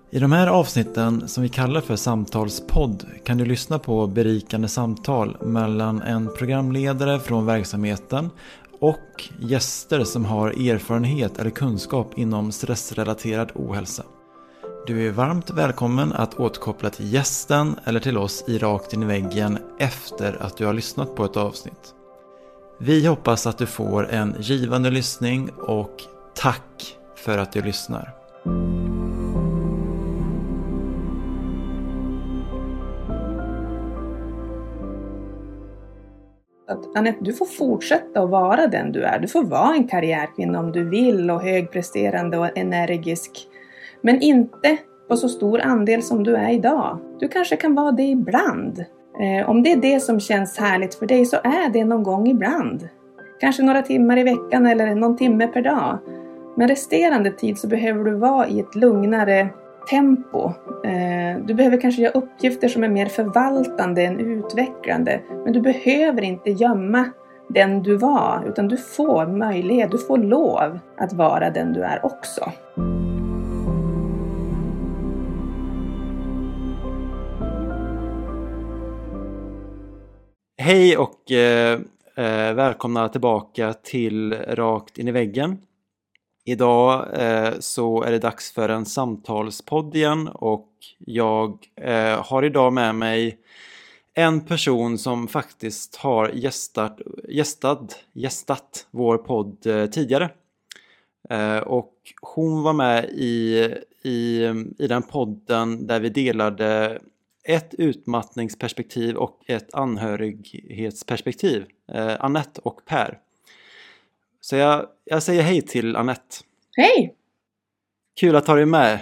I de här avsnitten som vi kallar för samtalspodd kan du lyssna på berikande samtal mellan en programledare från verksamheten och gäster som har erfarenhet eller kunskap inom stressrelaterad ohälsa. Du är varmt välkommen att återkoppla till gästen eller till oss i Rakt in i väggen efter att du har lyssnat på ett avsnitt. Vi hoppas att du får en givande lyssning och tack för att du lyssnar. Att Anette, du får fortsätta att vara den du är. Du får vara en karriärkvinna om du vill och högpresterande och energisk. Men inte på så stor andel som du är idag. Du kanske kan vara det ibland. Om det är det som känns härligt för dig så är det någon gång ibland. Kanske några timmar i veckan eller någon timme per dag. Men resterande tid så behöver du vara i ett lugnare tempo. Du behöver kanske göra uppgifter som är mer förvaltande än utvecklande. Men du behöver inte gömma den du var. Utan du får möjlighet, du får lov att vara den du är också. Hej och välkomna tillbaka till Rakt in i väggen. Idag så är det dags för en samtalspodd igen och jag har idag med mig en person som faktiskt har gästat vår podd tidigare. Och hon var med i den podden där vi delade ett utmattningsperspektiv och ett anhörighetsperspektiv. Anette och Per. Så jag säger hej till Anette. Hej! Kul att ha dig med.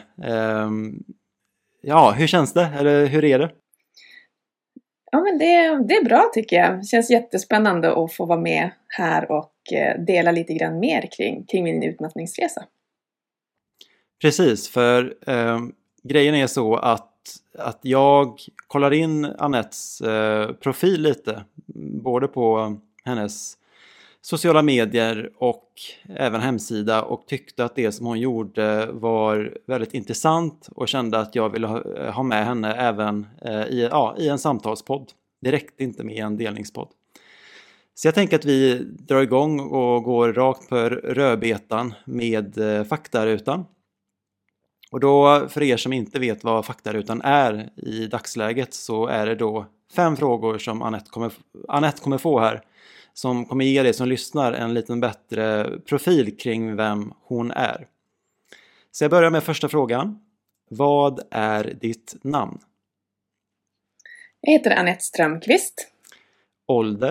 Ja, hur känns det? Eller hur är det? Ja, men det är bra tycker jag. Det känns jättespännande att få vara med här och dela lite grann mer kring min utmattningsresa. Precis, för grejen är så att jag kollar in Anettes profil lite. Både på hennes sociala medier och även hemsida och tyckte att det som hon gjorde var väldigt intressant och kände att jag ville ha med henne även i en samtalspodd. Det räckte inte med en delningspodd. Så jag tänker att vi drar igång och går rakt på rödbetan med faktarutan. Och då för er som inte vet vad faktarutan är i dagsläget så är det då 5 frågor som Anette kommer få här. Som kommer ge dig som lyssnar en liten bättre profil kring vem hon är. Så jag börjar med första frågan. Vad är ditt namn? Jag heter Anette Strömqvist. Ålder?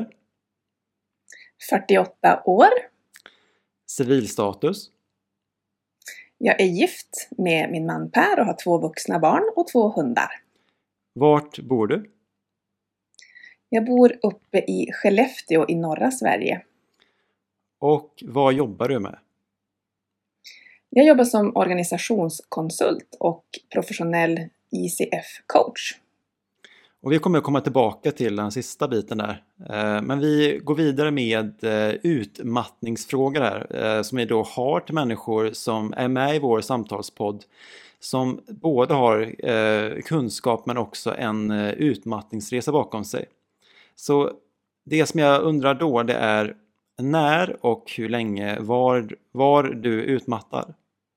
48 år. Civilstatus? Jag är gift med min man Per och har 2 vuxna barn och 2 hundar. Vart bor du? Jag bor uppe i Skellefteå i norra Sverige. Och vad jobbar du med? Jag jobbar som organisationskonsult och professionell ICF-coach. Och vi kommer att komma tillbaka till den sista biten där. Men vi går vidare med utmattningsfrågor här. Som vi då har till människor som är med i vår samtalspodd. Som både har kunskap men också en utmattningsresa bakom sig. Så det som jag undrar då det är när och hur länge var du utmattar?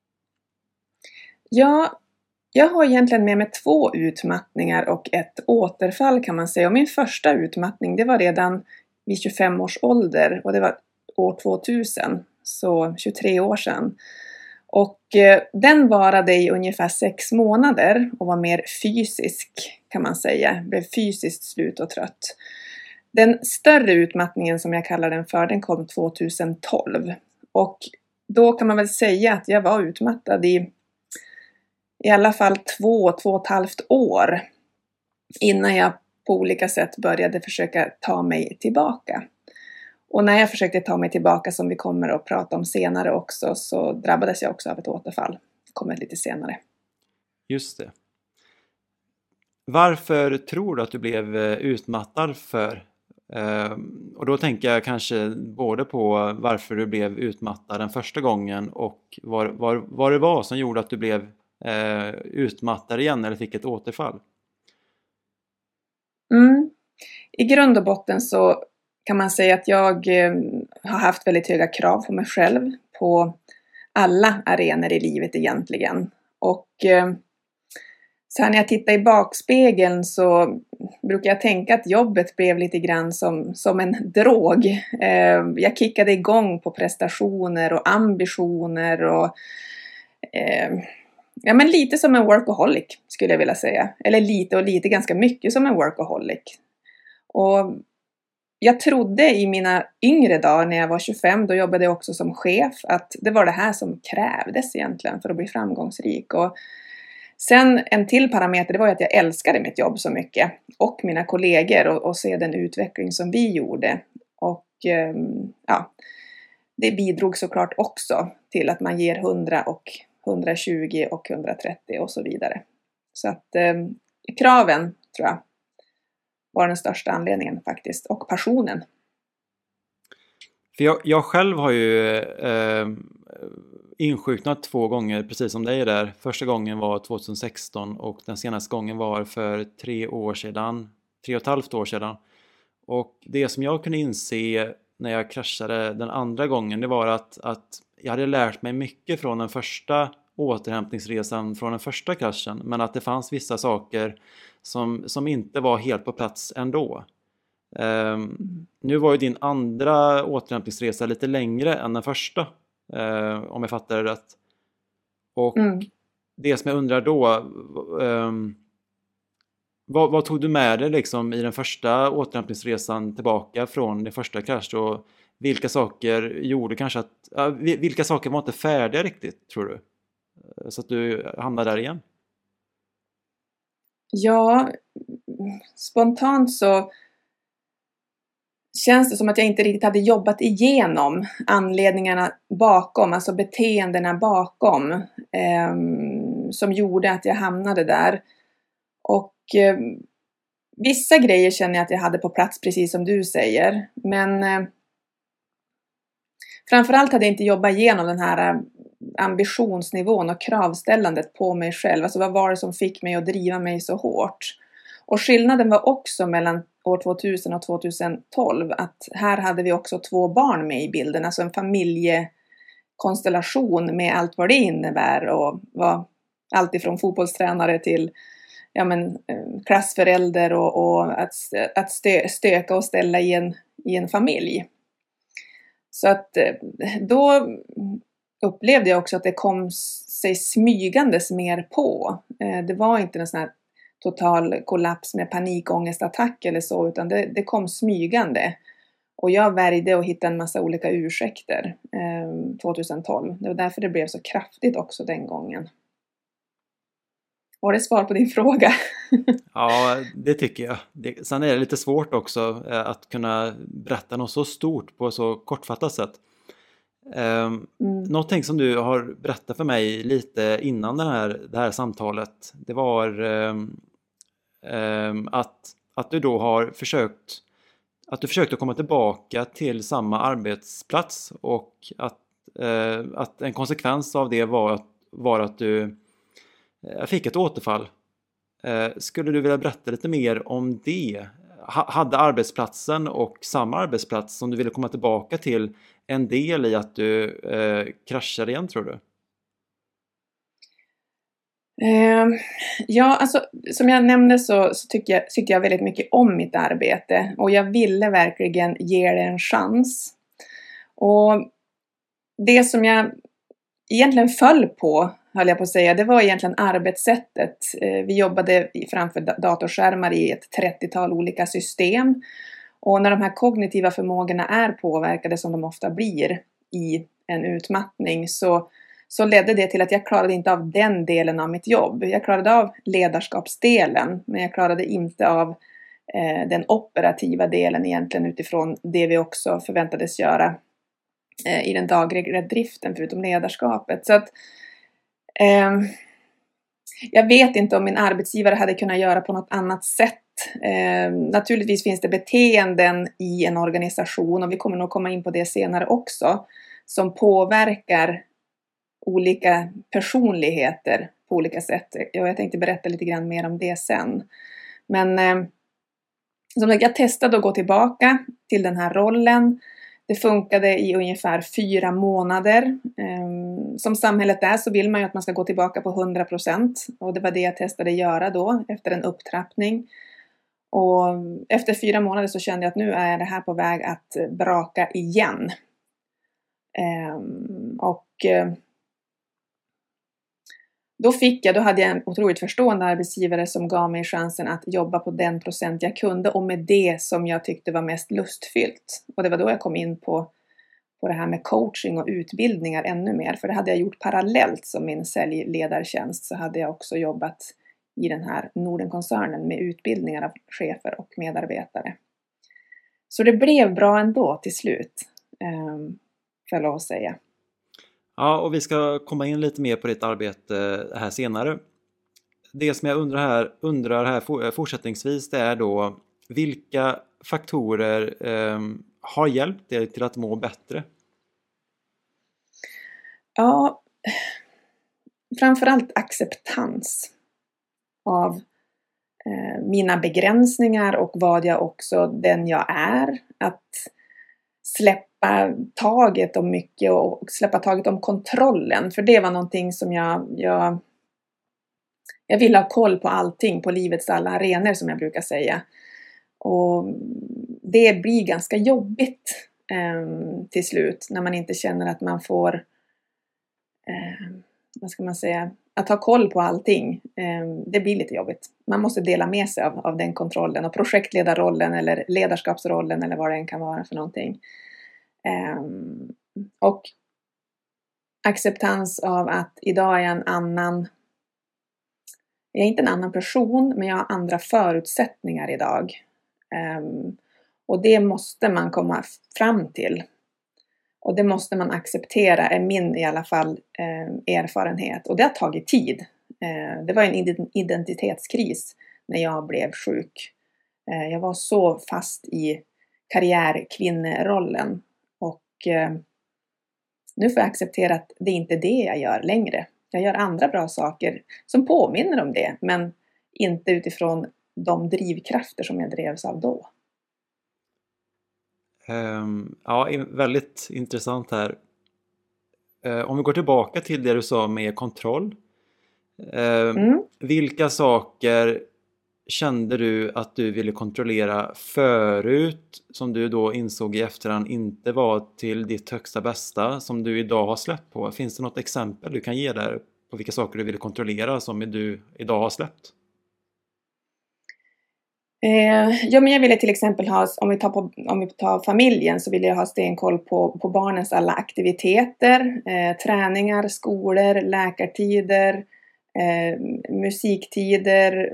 Ja, jag har egentligen med mig 2 utmattningar och ett återfall kan man säga. Och min första utmattning det var redan vid 25 års ålder och det var år 2000, så 23 år sedan. Och den varade i ungefär 6 månader och var mer fysisk kan man säga. Blev fysiskt slut och trött. Den större utmattningen som jag kallar den för, den kom 2012. Och då kan man väl säga att jag var utmattad i alla fall 2,5 år. Innan jag på olika sätt började försöka ta mig tillbaka. Och när jag försökte ta mig tillbaka som vi kommer att prata om senare också så drabbades jag också av ett återfall. Det kommer lite senare. Just det. Varför tror du att du blev utmattad för? Och då tänker jag kanske både på varför du blev utmattad den första gången och vad det var som gjorde att du blev utmattade igen eller fick ett återfall? I grund och botten så kan man säga att jag har haft väldigt höga krav på mig själv på alla arenor i livet egentligen. Och så här när jag tittar i bakspegeln så brukar jag tänka att jobbet blev lite grann som en drog. Jag kickade igång på prestationer och ambitioner och ja, men lite som en workaholic skulle jag vilja säga. Eller lite ganska mycket som en workaholic. Och jag trodde i mina yngre dagar när jag var 25, då jobbade jag också som chef, att det var det här som krävdes egentligen för att bli framgångsrik. Och sen en till parameter, det var ju att jag älskade mitt jobb så mycket och mina kollegor och se den utveckling som vi gjorde. Och ja, det bidrog såklart också till att man ger 100 och 120 och 130 och så vidare. Så att kraven tror jag var den största anledningen faktiskt. Och passionen. För jag själv har ju insjuknat 2 gånger precis som dig där. Första gången var 2016 och den senaste gången var för 3,5 år sedan. Och det som jag kunde inse när jag kraschade den andra gången, det var att jag hade lärt mig mycket från den första återhämtningsresan, från den första kraschen, men att det fanns vissa saker som inte var helt på plats ändå. Nu var ju din andra återhämtningsresa lite längre än den första, om jag fattar det rätt. Och det som jag undrar då, vad tog du med dig liksom i den första återhämtningsresan tillbaka från din första krasch, och vilka saker gjorde kanske att vilka saker var inte färdiga riktigt, tror du, så att du hamnade där igen? Ja, spontant så känns det som att jag inte riktigt hade jobbat igenom anledningarna bakom, alltså beteendena bakom, som gjorde att jag hamnade där. Och vissa grejer känner jag att jag hade på plats, precis som du säger. Men framförallt hade jag inte jobbat igenom den här ambitionsnivån och kravställandet på mig själv. Alltså vad var det som fick mig att driva mig så hårt? Och skillnaden var också mellan år 2000 och 2012 att här hade vi också 2 barn med i bilden. Alltså en familjekonstellation med allt vad det innebär. Och var allt ifrån fotbollstränare till klassförälder och att stöka och ställa i en familj. Så att då upplevde jag också att det kom sig smygandes mer på. Det var inte en sån här total kollaps med panikångestattack eller så, utan det kom smygande. Och jag värjde och hittade en massa olika ursäkter 2012. Det var därför det blev så kraftigt också den gången. Var det svar på din fråga? Ja, det tycker jag. Sen är det lite svårt också att kunna berätta något så stort på så kortfattat sätt. Någonting som du har berättat för mig lite innan det här samtalet, det var att du då har försökt att komma tillbaka till samma arbetsplats, och att en konsekvens av det var att du fick ett återfall. Skulle du vilja berätta lite mer om det? Hade arbetsplatsen och samma arbetsplats som du ville komma tillbaka till en del i att du kraschade igen, tror du? Ja, alltså som jag nämnde så tyckte jag väldigt mycket om mitt arbete. Och jag ville verkligen ge det en chans. Och det som jag egentligen föll på, höll jag på att säga, det var egentligen arbetssättet. Vi jobbade framför datorskärmar i ett 30-tal olika system. Och när de här kognitiva förmågorna är påverkade, som de ofta blir i en utmattning, så ledde det till att jag klarade inte av den delen av mitt jobb. Jag klarade av ledarskapsdelen, men jag klarade inte av den operativa delen egentligen, utifrån det vi också förväntades göra i den dagliga driften förutom ledarskapet. Så att jag vet inte om min arbetsgivare hade kunnat göra på något annat sätt. Naturligtvis finns det beteenden i en organisation, och vi kommer nog komma in på det senare också, som påverkar olika personligheter på olika sätt. Jag tänkte berätta lite grann mer om det sen. Men som jag testade att gå tillbaka till den här rollen. Det funkade i ungefär 4 månader. Som samhället är så vill man ju att man ska gå tillbaka på 100%. Och det var det jag testade göra då efter en upptrappning. Och efter 4 månader så kände jag att nu är det här på väg att braka igen. Då hade jag en otroligt förstående arbetsgivare som gav mig chansen att jobba på den procent jag kunde och med det som jag tyckte var mest lustfyllt. Och det var då jag kom in på det här med coaching och utbildningar ännu mer. För det hade jag gjort parallellt som min säljledartjänst, så hade jag också jobbat i den här Nordenkoncernen med utbildningar av chefer och medarbetare. Så det blev bra ändå till slut, får jag lov att säga. Ja, och vi ska komma in lite mer på ditt arbete här senare. Det som jag undrar här fortsättningsvis, det är då vilka faktorer har hjälpt dig till att må bättre? Ja, framförallt acceptans av mina begränsningar och vad jag också den jag är. Att släppa taget om mycket och släppa taget om kontrollen. För det var någonting som jag ville ha koll på allting på livets alla arenor, som jag brukar säga. Och det blir ganska jobbigt till slut när man inte känner att man får vad ska man säga, att ha koll på allting. Det blir lite jobbigt. Man måste dela med sig av den kontrollen och projektledarrollen eller ledarskapsrollen eller vad det än kan vara för någonting. Och acceptans av att idag är jag jag är inte en annan person, men jag har andra förutsättningar idag. Och det måste man komma fram till. Och det måste man acceptera, är min i alla fall erfarenhet. Och det har tagit tid. Det var en identitetskris när jag blev sjuk. Jag var så fast i karriärkvinnerollen. Och nu får jag acceptera att det inte är det jag gör längre. Jag gör andra bra saker som påminner om det. Men inte utifrån de drivkrafter som jag drevs av då. Ja, väldigt intressant här. Om vi går tillbaka till det du sa med kontroll. Vilka saker kände du att du ville kontrollera förut som du då insåg i efterhand inte var till ditt högsta bästa som du idag har släppt på? Finns det något exempel du kan ge där på vilka saker du ville kontrollera som du idag har släppt? Ja, men jag ville till exempel ha, om vi tar familjen, så ville jag ha stenkoll på barnens alla aktiviteter, träningar, skolor, läkartider, musiktider.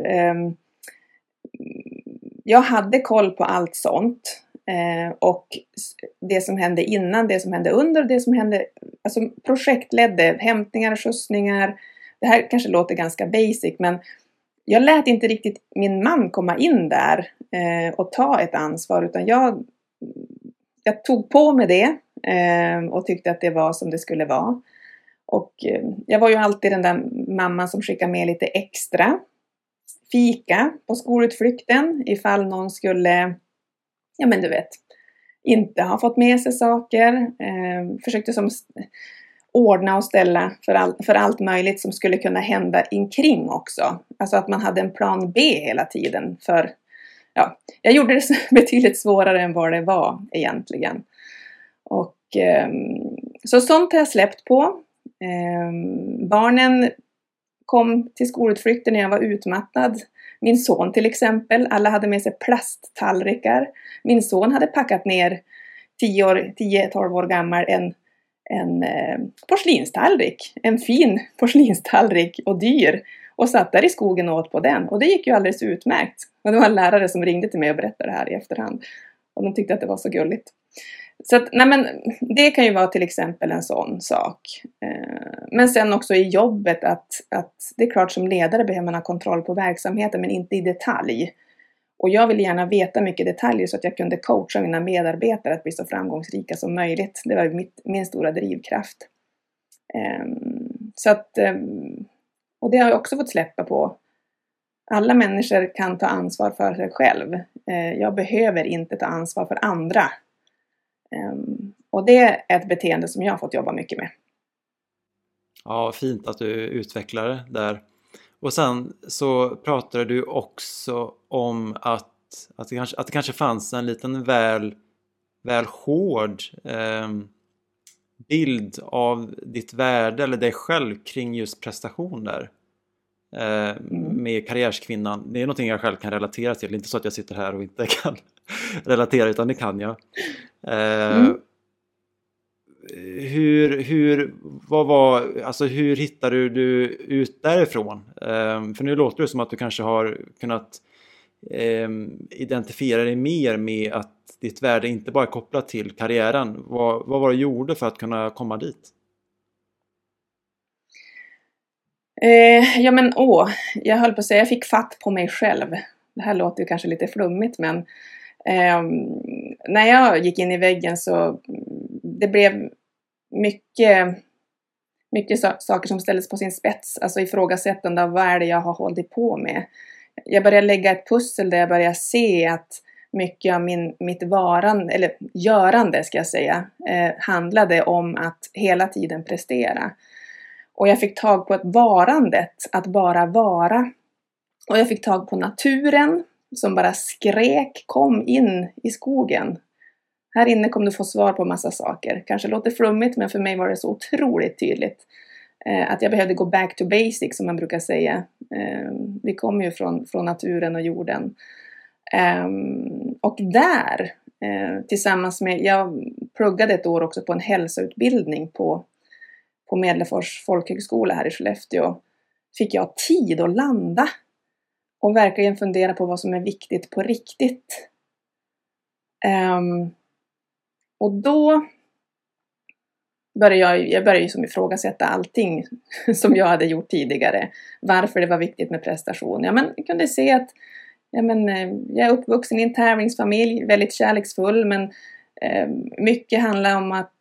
Jag hade koll på allt sånt. Och det som hände innan, det som hände under, det som hände, alltså projektledde, hämtningar, skjutsningar. Det här kanske låter ganska basic, men jag lät inte riktigt min man komma in där och ta ett ansvar, utan jag tog på mig det och tyckte att det var som det skulle vara. Och jag var ju alltid den där mamman som skickade med lite extra fika på skolutflykten ifall någon skulle, ja men du vet, inte ha fått med sig saker. Försökte som ordna och ställa för allt möjligt som skulle kunna hända inkring också. Alltså att man hade en plan B hela tiden. För ja, jag gjorde det betydligt svårare än vad det var egentligen. Och så sånt har jag släppt på. Barnen kom till skolutflykten när jag var utmattad. Min son till exempel, alla hade med sig plasttallrikar. Min son hade packat ner 10-12 år gammal en porslinstallrik, en fin porslinstallrik och dyr, och satt där i skogen och åt på den, och det gick ju alldeles utmärkt. Och det var en lärare som ringde till mig och berättade det här i efterhand, och de tyckte att det var så gulligt. Så att, nej men, det kan ju vara till exempel en sån sak. Men sen också i jobbet att det är klart, som ledare behöver man ha kontroll på verksamheten, men inte i detalj. Och jag ville gärna veta mycket detaljer så att jag kunde coacha mina medarbetare att bli så framgångsrika som möjligt. Det var ju min stora drivkraft. Så att Och det har jag också fått släppa på. Alla människor kan ta ansvar för sig själv. Jag behöver inte ta ansvar för andra. Och det är ett beteende som jag har fått jobba mycket med. Ja, fint att du utvecklar det där. Och sen så pratade du också om att det kanske fanns en liten väl hård bild av ditt värde eller dig själv kring just prestation där. Med karriärskvinnan. Det är någonting jag själv kan relatera till. Det är inte så att jag sitter här och inte kan relatera, utan det kan jag. Hur hittade du ut därifrån? För nu låter det som att du kanske har kunnat identifiera dig mer med att ditt värde inte bara är kopplat till karriären. Vad var det du gjorde för att kunna komma dit? Jag höll på att säga, jag fick fatt på mig själv. Det här låter ju kanske lite flummigt, men när jag gick in i väggen så det blev mycket saker som ställdes på sin spets. Alltså ifrågasättande av vad är det jag har hållit på med. Jag började lägga ett pussel där jag började se att mycket av mitt görande ska jag säga, handlade om att hela tiden prestera. Och jag fick tag på ett varandet, att bara vara. Och jag fick tag på naturen som bara skrek, kom in i skogen. Här inne kommer du få svar på massa saker. Kanske låter flummigt, men för mig var det så otroligt tydligt. Att jag behövde gå back to basics, som man brukar säga. Vi kommer ju från naturen och jorden. Och där, tillsammans med, jag pluggade ett år också på en hälsoutbildning på Medelfors folkhögskola här i Skellefteå. Fick jag tid att landa och verkligen fundera på vad som är viktigt på riktigt. Och då började jag ju som ifrågasätta allting som jag hade gjort tidigare. Varför det var viktigt med prestation. Ja, men jag kunde se att jag är uppvuxen i en tävlingsfamilj, väldigt kärleksfull, men mycket handlar om att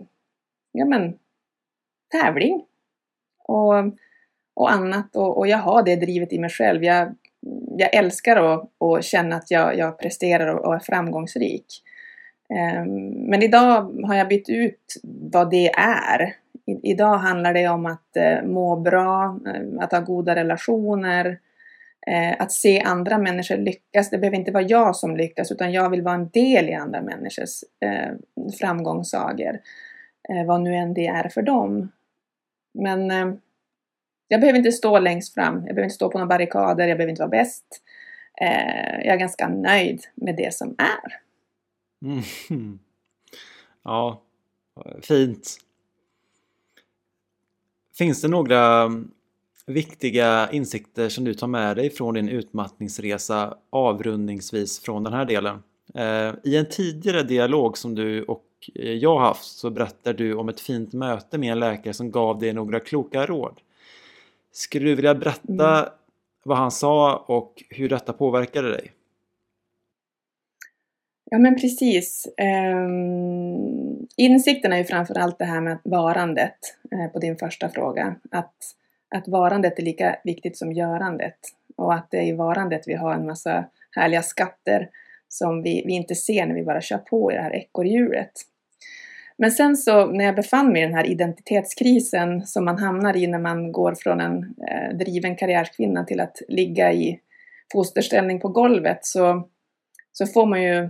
tävling och annat, och jag har det drivet i mig själv. Jag älskar att känna att jag presterar och är framgångsrik. Men idag har jag bytt ut vad det är. Idag handlar det om att må bra, att ha goda relationer, att se andra människor lyckas. Det behöver inte vara jag som lyckas, utan jag vill vara en del i andra människors framgångssagor. Vad nu än det är för dem. Men jag behöver inte stå längst fram. Jag behöver inte stå på några barrikader. Jag behöver inte vara bäst. Jag är ganska nöjd med det som är. Ja, fint. Finns det några viktiga insikter som du tar med dig från din utmattningsresa avrundningsvis från den här delen? I en tidigare dialog som du och jag har haft så berättar du om ett fint möte med en läkare som gav dig några kloka råd. Skulle du vilja berätta vad han sa och hur detta påverkade dig? Ja, men precis. Insikten är ju framförallt det här med varandet på din första fråga. Att varandet är lika viktigt som görandet. Och att det är i varandet vi har en massa härliga skatter som vi inte ser när vi bara kör på i det här ekorrhjulet. Men sen så när jag befann mig i den här identitetskrisen som man hamnar i när man går från en driven karriärskvinna till att ligga i fosterställning på golvet, så får man ju,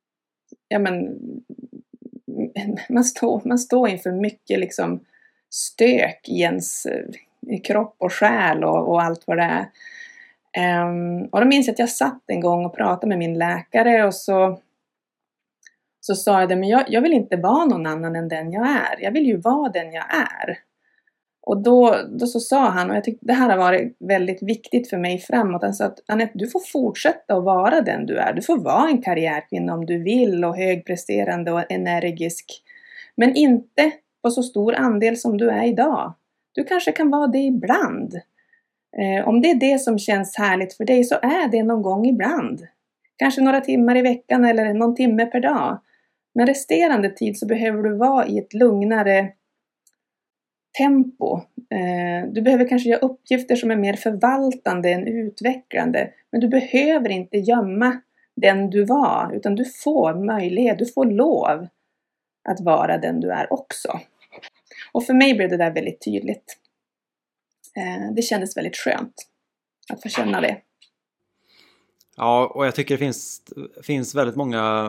man står inför mycket liksom stök i ens kropp och själ och allt vad det är. Och då minns jag att jag satt en gång och pratade med min läkare, och så sa jag det, men jag vill inte vara någon annan än den jag är. Jag vill ju vara den jag är. Och då så sa han, och jag tyckte det här har varit väldigt viktigt för mig framåt. Han sa att Anette, du får fortsätta att vara den du är. Du får vara en karriärkvinna om du vill, och högpresterande och energisk. Men inte på så stor andel som du är idag. Du kanske kan vara det ibland. Om det är det som känns härligt för dig, så är det någon gång ibland. Kanske några timmar i veckan eller någon timme per dag. Men resterande tid så behöver du vara i ett lugnare tempo. Du behöver kanske göra uppgifter som är mer förvaltande än utvecklande. Men du behöver inte gömma den du var, utan du får möjlighet, du får lov att vara den du är också. Och för mig blev det där väldigt tydligt. Det kändes väldigt skönt att få känna det. Ja, och jag tycker det finns väldigt många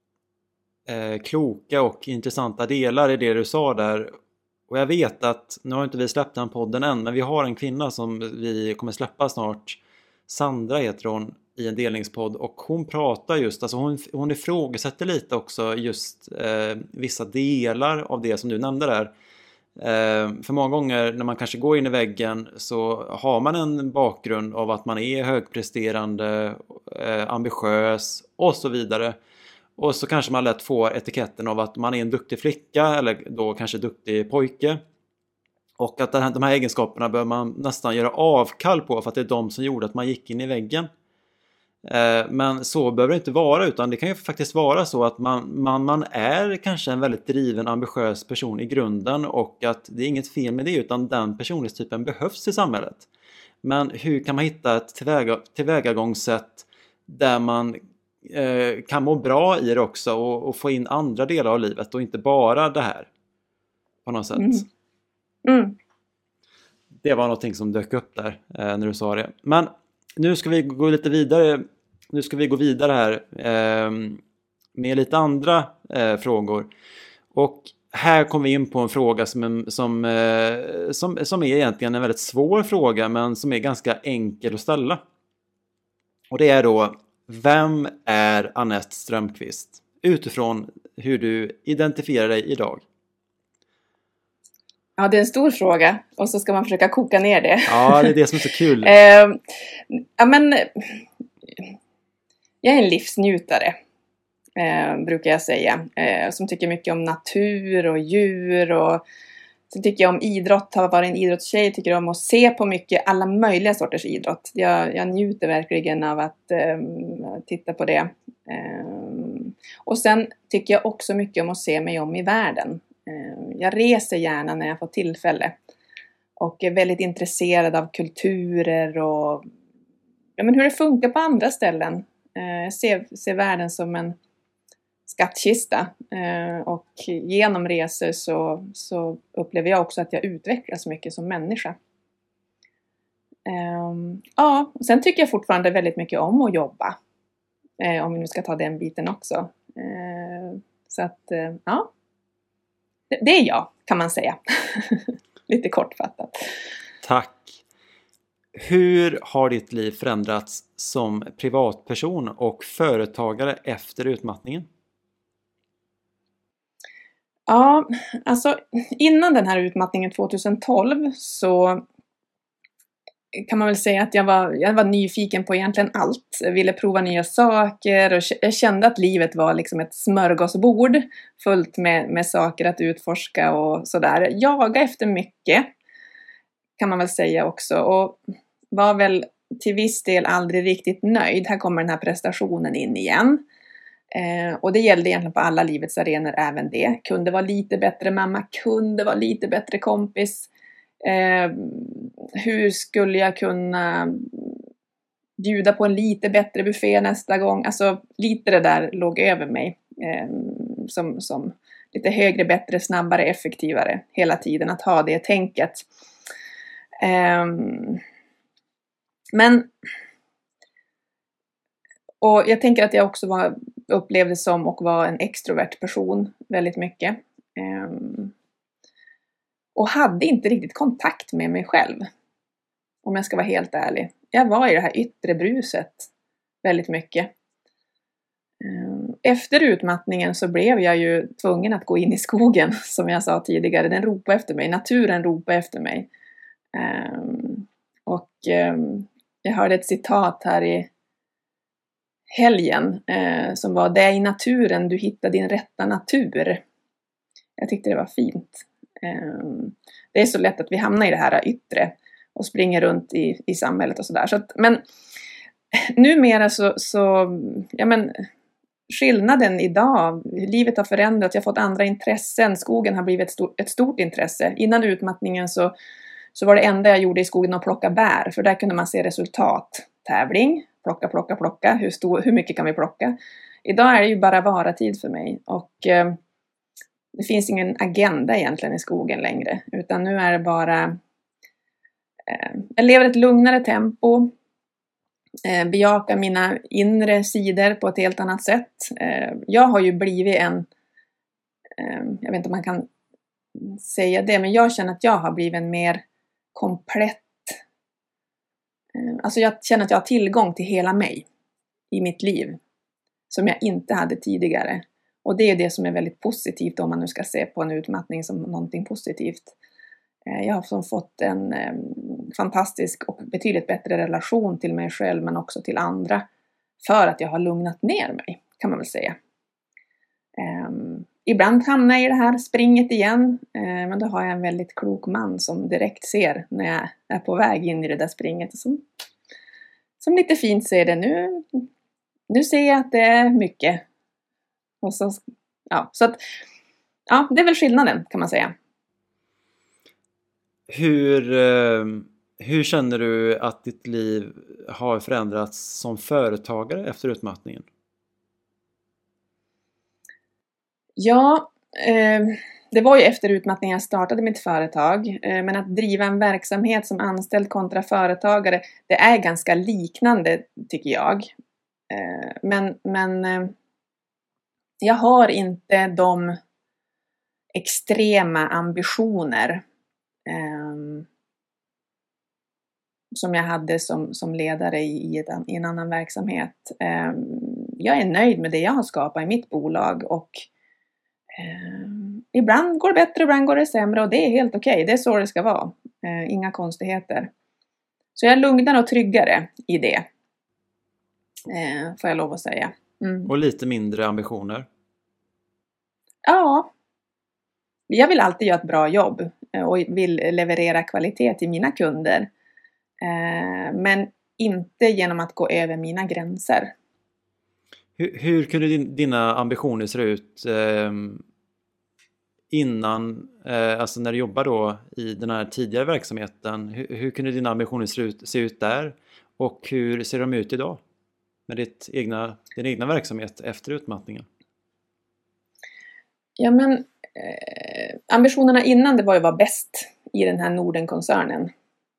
kloka och intressanta delar i det du sa där. Och jag vet att, nu har inte vi släppt den podden än, men vi har en kvinna som vi kommer släppa snart. Sandra heter hon, i en delningspodd, och hon pratar just, alltså hon ifrågasätter lite också just vissa delar av det som du nämnde där. För många gånger när man kanske går in i väggen så har man en bakgrund av att man är högpresterande, ambitiös och så vidare. Och så kanske man lätt får etiketten av att man är en duktig flicka eller då kanske duktig pojke. Och att de här egenskaperna bör man nästan göra avkall på för att det är de som gjorde att man gick in i väggen. Men så behöver det inte vara, utan det kan ju faktiskt vara så att man är kanske en väldigt driven, ambitiös person i grunden och att det är inget fel med det, utan den personlighetstypen behövs i samhället. Men hur kan man hitta ett tillvägagångssätt där man kan må bra i det också och få in andra delar av livet och inte bara det här på något sätt. Det var någonting som dök upp där när du sa det. Men nu ska vi gå lite vidare. Nu ska vi gå vidare här med lite andra frågor. Och här kommer vi in på en fråga som är egentligen en väldigt svår fråga, men som är ganska enkel att ställa. Och det är då, vem är Anette Strömqvist? Utifrån hur du identifierar dig idag. Ja, det är en stor fråga. Och så ska man försöka koka ner det. Ja, det är det som är så kul. Ja, men jag är en livsnjutare, brukar jag säga. Som tycker mycket om natur och djur. Och så tycker jag om idrott. Har varit en idrottstjej. Tycker om att se på mycket, alla möjliga sorters idrott. Jag njuter verkligen av att titta på det. Och sen tycker jag också mycket om att se mig om i världen. Jag reser gärna när jag får tillfälle. Och är väldigt intresserad av kulturer och hur det funkar på andra ställen. Jag ser världen som en skattkista. Och genom resor så upplever jag också att jag utvecklas mycket som människa. Ja, och sen tycker jag fortfarande väldigt mycket om att jobba. Om vi nu ska ta den biten också. Så att, ja. Det är jag, kan man säga. Lite kortfattat. Tack. Hur har ditt liv förändrats som privatperson och företagare efter utmattningen? Ja, alltså innan den här utmattningen 2012 så kan man väl säga att jag var nyfiken på egentligen allt. Jag ville prova nya saker och jag kände att livet var liksom ett smörgåsbord fullt med saker att utforska och sådär. Jaga efter mycket, kan man väl säga också, och var väl till viss del aldrig riktigt nöjd. Här kommer den här prestationen in igen. Och det gällde egentligen på alla livets arenor även det. Kunde vara lite bättre mamma, kunde vara lite bättre kompis. Hur skulle jag kunna bjuda på en lite bättre buffé nästa gång? Alltså lite det där låg över mig. Som lite högre, bättre, snabbare, effektivare hela tiden. Att ha det tänket. Och jag tänker att jag också upplevde som och var en extrovert person väldigt mycket. Och hade inte riktigt kontakt med mig själv. Om jag ska vara helt ärlig. Jag var i det här yttre bruset väldigt mycket. Efter utmattningen så blev jag ju tvungen att gå in i skogen. Som jag sa tidigare. Den ropade efter mig. Naturen ropade efter mig. Och jag hörde ett citat här i helgen. Som var: det är i naturen du hittar din rätta natur. Jag tyckte det var fint. Det är så lätt att vi hamnar i det här yttre och springer runt i samhället och sådär. Men numera så skillnaden idag, hur livet har förändrats, jag har fått andra intressen, skogen har blivit ett stort intresse. Innan utmattningen så var det enda jag gjorde i skogen att plocka bär, för där kunde man se resultat. Tävling, plocka, hur mycket kan vi plocka? Idag är det ju bara vara-tid för mig, och det finns ingen agenda egentligen i skogen längre, utan nu är det bara jag lever ett lugnare tempo, bejakar mina inre sidor på ett helt annat sätt. Jag har ju blivit jag vet inte om man kan säga det, men jag känner att jag har blivit en mer komplett, alltså jag känner att jag har tillgång till hela mig i mitt liv som jag inte hade tidigare. Och det är det som är väldigt positivt, om man nu ska se på en utmattning som någonting positivt. Jag har fått en fantastisk och betydligt bättre relation till mig själv, men också till andra, för att jag har lugnat ner mig, kan man väl säga. Ibland hamnar jag i det här springet igen, men då har jag en väldigt klok man som direkt ser när jag är på väg in i det där springet, som lite fint säger det, nu ser jag att det är mycket. Och så att det är väl skillnaden, kan man säga. Hur känner du att ditt liv har förändrats som företagare efter utmattningen? Ja, det var ju efter utmattningen jag startade mitt företag. Men att driva en verksamhet som anställd kontra företagare, det är ganska liknande, tycker jag. Men jag har inte de extrema ambitioner som jag hade som ledare i en annan verksamhet. Jag är nöjd med det jag har skapat i mitt bolag, och ibland går det bättre, ibland går det sämre, och det är helt okej. Det är så det ska vara. Inga konstigheter. Så jag är lugnare och tryggare i det, får jag lov att säga. Och lite mindre ambitioner? Ja. Jag vill alltid göra ett bra jobb och vill leverera kvalitet till mina kunder. Men inte genom att gå över mina gränser. Hur kunde dina ambitioner se ut innan, alltså när du jobbade då i den här tidigare verksamheten? Hur kunde dina ambitioner se ut där? Och hur ser de ut idag med din egna verksamhet efter utmattningen? Ja, men ambitionerna innan, det var ju att vara bäst i den här Norden-koncernen.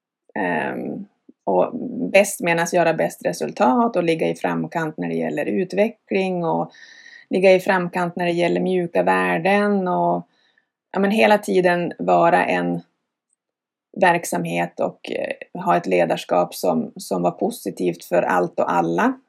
Och bäst menas göra bäst resultat och ligga i framkant när det gäller utveckling och ligga i framkant när det gäller mjuka värden och hela tiden vara en verksamhet och ha ett ledarskap som var positivt för allt och alla.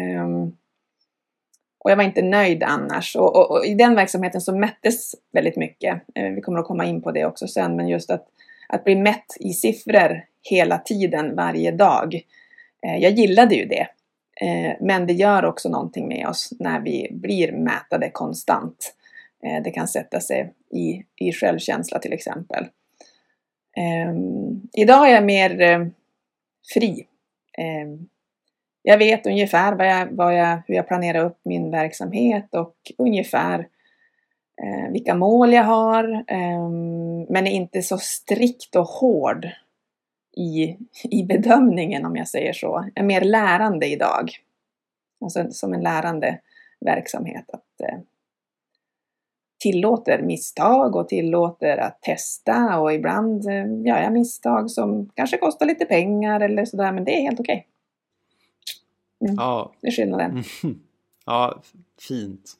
Och jag var inte nöjd annars. Och i den verksamheten så mättes väldigt mycket. Vi kommer att komma in på det också sen. Men just att bli mätt i siffror hela tiden, varje dag. Jag gillade ju det. Men det gör också någonting med oss när vi blir mätade konstant. Det kan sätta sig i självkänsla till exempel. Idag är jag mer fri. Jag vet ungefär hur jag planerar upp min verksamhet och ungefär vilka mål jag har. Men är inte så strikt och hård i bedömningen, om jag säger så. Jag är mer lärande idag. Alltså som en lärande verksamhet. Att tillåter misstag och tillåter att testa. Och ibland gör jag misstag som kanske kostar lite pengar eller sådär. Men det är helt okej. Ja. Det är skillnaden. Ja, fint.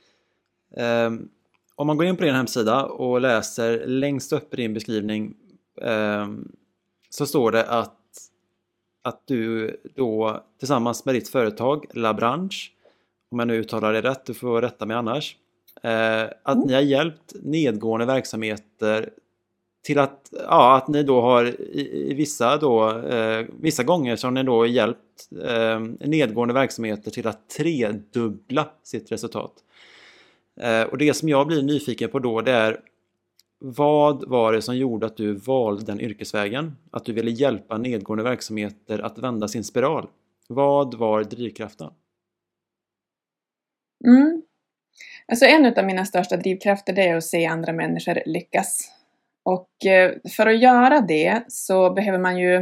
Om man går in på din hemsida och läser längst upp i din beskrivning så står det att du då tillsammans med ditt företag La Branche, om jag nu uttalar det rätt, du får rätta mig annars, att ni har hjälpt nedgående verksamheter till att ni då har i vissa gånger så har ni då hjälpt nedgående verksamheter till att tredubbla sitt resultat. Och det som jag blir nyfiken på då, det är: vad var det som gjorde att du valde den yrkesvägen? Att du ville hjälpa nedgående verksamheter att vända sin spiral? Vad var drivkraften? Mm. Alltså en av mina största drivkrafter det är att se andra människor lyckas. Och för att göra det så behöver man ju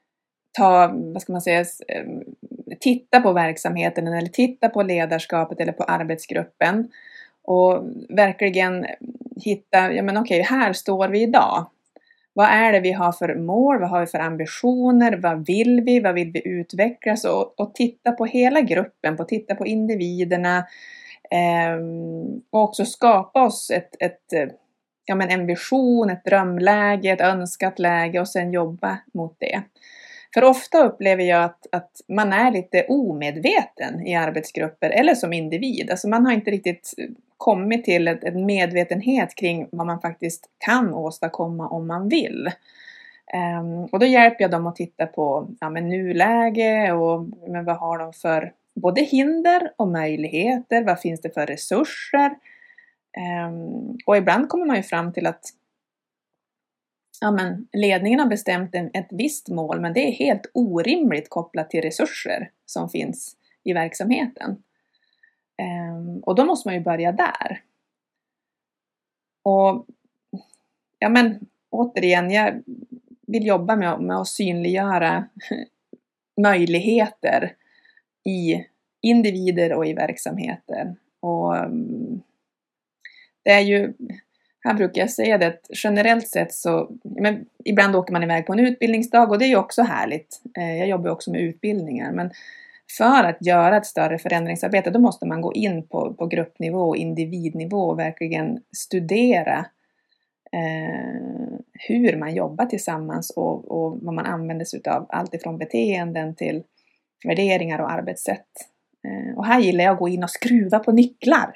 titta på verksamheten eller titta på ledarskapet eller på arbetsgruppen och verkligen hitta, ja men okej, här står vi idag. Vad är det vi har för mål? Vad har vi för ambitioner? Vad vill vi utvecklas? Och titta på hela gruppen, titta på individerna och också skapa oss en vision, ett drömläge, ett önskat läge och sen jobba mot det. För ofta upplever jag att man är lite omedveten i arbetsgrupper eller som individ. Alltså man har inte riktigt kommit till en medvetenhet kring vad man faktiskt kan åstadkomma om man vill. Och då hjälper jag dem att titta på nuläge och vad har de för både hinder och möjligheter. Vad finns det för resurser? Och ibland kommer man ju fram till att ledningen har bestämt ett visst mål, men det är helt orimligt kopplat till resurser som finns i verksamheten. Och då måste man ju börja där. Och återigen, jag vill jobba med att synliggöra möjligheter i individer och i verksamheter. Och det är ju, här brukar jag säga det, att generellt sett så, ibland åker man iväg på en utbildningsdag och det är ju också härligt. Jag jobbar också med utbildningar, men för att göra ett större förändringsarbete då måste man gå in på gruppnivå och individnivå och verkligen studera hur man jobbar tillsammans och vad man använder sig av, allt ifrån beteenden till värderingar och arbetssätt. Och här gillar jag att gå in och skruva på nycklar.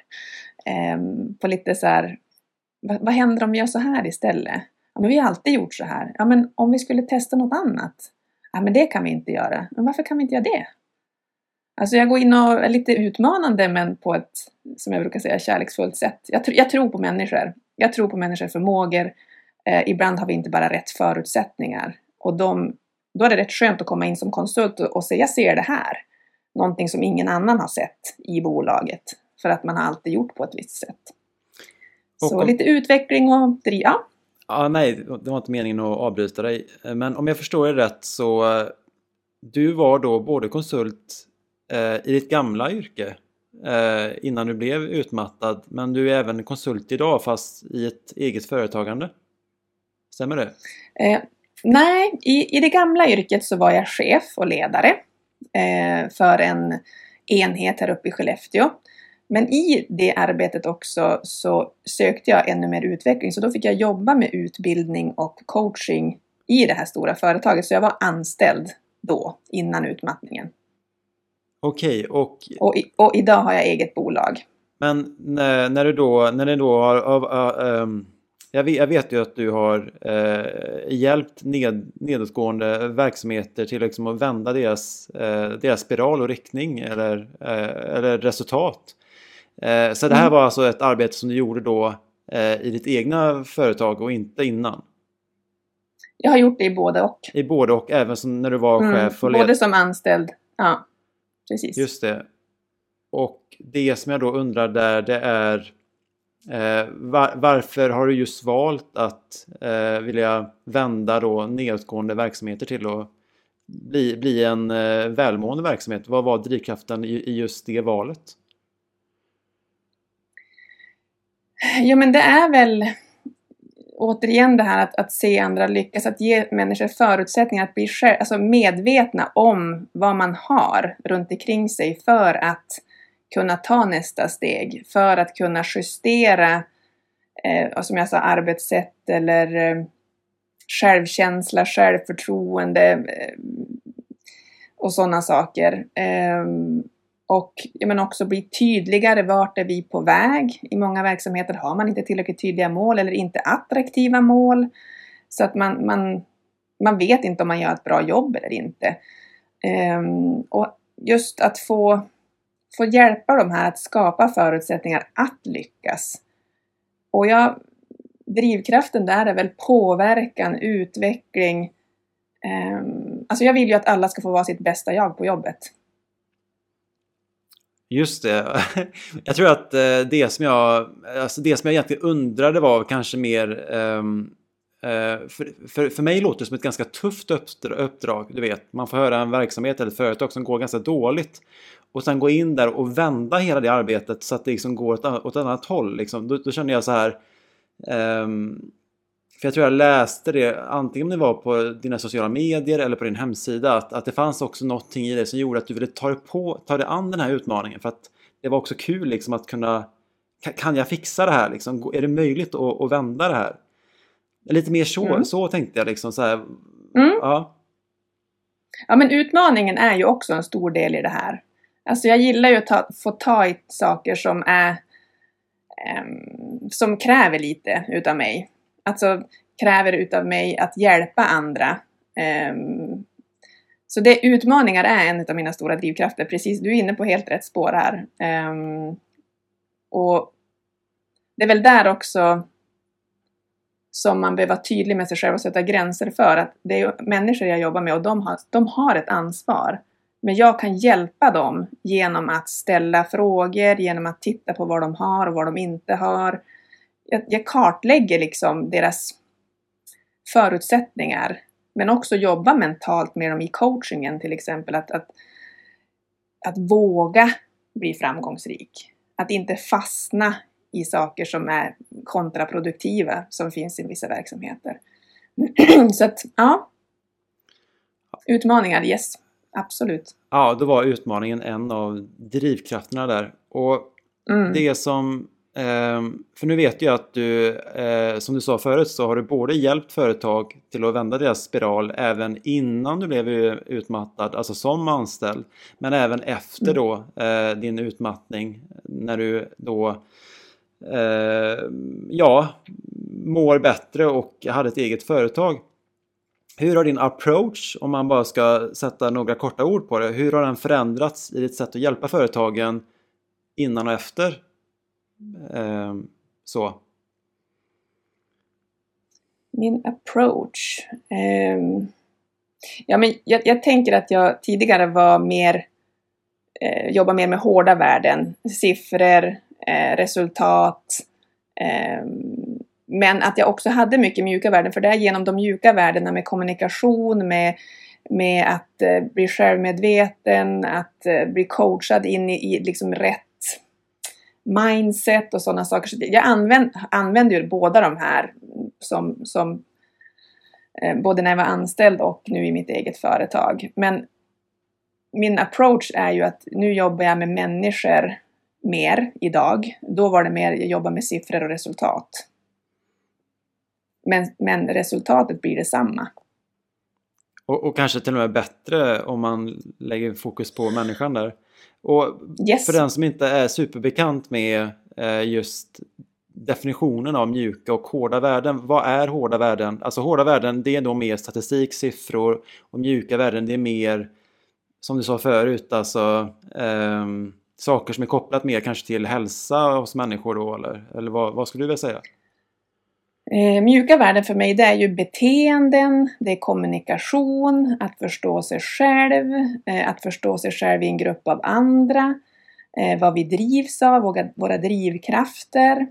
På lite så här, vad händer om vi gör så här istället? Ja, men vi har alltid gjort så här. Ja, men om vi skulle testa något annat? Ja, men det kan vi inte göra. Men varför kan vi inte göra det? Alltså jag går in och är lite utmanande, men på ett, som jag brukar säga, kärleksfullt sätt. Jag tror på människor. Jag tror på människors förmågor. Ibland har vi inte bara rätt förutsättningar. Och då är det rätt skönt att komma in som konsult och säga, jag ser det här. Någonting som ingen annan har sett i bolaget. För att man har alltid gjort på ett visst sätt. Så lite utveckling och driva. Ja, nej, det var inte meningen att avbryta dig. Men om jag förstår det rätt så du var då både konsult i ditt gamla yrke innan du blev utmattad. Men du är även konsult idag fast i ett eget företagande. Stämmer det? Nej, i det gamla yrket så var jag chef och ledare för en enhet här uppe i Skellefteå. Men i det arbetet också så sökte jag ännu mer utveckling. Så då fick jag jobba med utbildning och coaching i det här stora företaget. Så jag var anställd då, innan utmattningen. Okej, och idag har jag eget bolag. Men när du då har... Jag vet ju att du har hjälpt nedåtgående verksamheter till liksom att vända deras spiral och riktning eller resultat. Så det här var alltså ett arbete som du gjorde då i ditt egna företag och inte innan? Jag har gjort det i både och. I både och, även som när du var chef och både som anställd, ja, precis. Just det. Och det som jag då undrar där, det är varför har du just valt att vilja vända då nedåtgående verksamheter till att bli en välmående verksamhet? Vad var drivkraften i just det valet? Ja, men det är väl återigen det här att se andra lyckas, att ge människor förutsättningar att bli medvetna om vad man har runt omkring sig för att kunna ta nästa steg, för att kunna justera som jag sa, arbetssätt eller självkänsla, självförtroende och sådana saker. Och också bli tydligare, vart är vi på väg? I många verksamheter har man inte tillräckligt tydliga mål eller inte attraktiva mål. Så att man vet inte om man gör ett bra jobb eller inte. Och just att få hjälpa dem här att skapa förutsättningar att lyckas. Och drivkraften där är väl påverkan, utveckling. Alltså jag vill ju att alla ska få vara sitt bästa jag på jobbet. Just det. Jag tror att det som jag egentligen undrade var kanske mer för mig låter det som ett ganska tufft uppdrag, du vet. Man får höra en verksamhet eller ett företag som går ganska dåligt och sen gå in där och vända hela det arbetet så att det liksom går åt ett annat håll liksom. Då kände jag så här för jag tror jag läste det, antingen det var på dina sociala medier eller på din hemsida, att det fanns också någonting i det som gjorde att du ville ta dig an den här utmaningen. För att det var också kul liksom att kunna, kan jag fixa det här liksom? Är det möjligt att vända det här? Lite mer så tänkte jag liksom så här. Ja. Ja, men utmaningen är ju också en stor del i det här. Alltså jag gillar ju att få ta i saker som är som kräver lite utav mig. Alltså kräver utav mig att hjälpa andra. Så utmaningar är en av mina stora drivkrafter. Precis, du är inne på helt rätt spår här. Och det är väl där också som man behöver vara tydlig med sig själv och sätta gränser för. Att det är människor jag jobbar med och de har ett ansvar. Men jag kan hjälpa dem genom att ställa frågor, genom att titta på vad de har och vad de inte har. Jag kartlägger liksom deras förutsättningar. Men också jobba mentalt med dem i coachingen till exempel. Att våga bli framgångsrik. Att inte fastna i saker som är kontraproduktiva som finns i vissa verksamheter. Så att, ja. Utmaningar, yes. Absolut. Ja, då var utmaningen en av drivkrafterna där. Och det som... För nu vet jag att du, som du sa förut, så har du både hjälpt företag till att vända deras spiral även innan du blev utmattad, alltså som anställd, men även efter då din utmattning, när du då mår bättre och hade ett eget företag. Hur har din approach, om man bara ska sätta några korta ord på det, hur har den förändrats i ditt sätt att hjälpa företagen innan och efter? Så. Min approach. Ja, men jag tänker att jag tidigare var jobba mer med hårda värden, siffror, resultat. Men att jag också hade mycket mjuka värden, för det är genom de mjuka värdena med kommunikation, med att bli självmedveten, att bli coachad in i liksom rätt mindset och sådana saker. Så jag använder ju båda de här som både när jag var anställd och nu i mitt eget företag. Men min approach är ju att nu jobbar jag med människor mer idag. Då var det mer jag jobbar med siffror och resultat. Men resultatet blir detsamma. Och kanske till och med bättre om man lägger fokus på människan där. Och yes. För den som inte är superbekant med just definitionen av mjuka och hårda värden. Vad är hårda värden? Alltså hårda värden, det är då mer statistik, siffror, och mjuka värden, det är mer, som du sa förut, alltså saker som är kopplat mer kanske till hälsa hos människor då, eller vad skulle du vilja säga? Mjuka värden för mig, det är ju beteenden, det är kommunikation, att förstå sig själv, att förstå sig själv i en grupp av andra, vad vi drivs av, våra drivkrafter,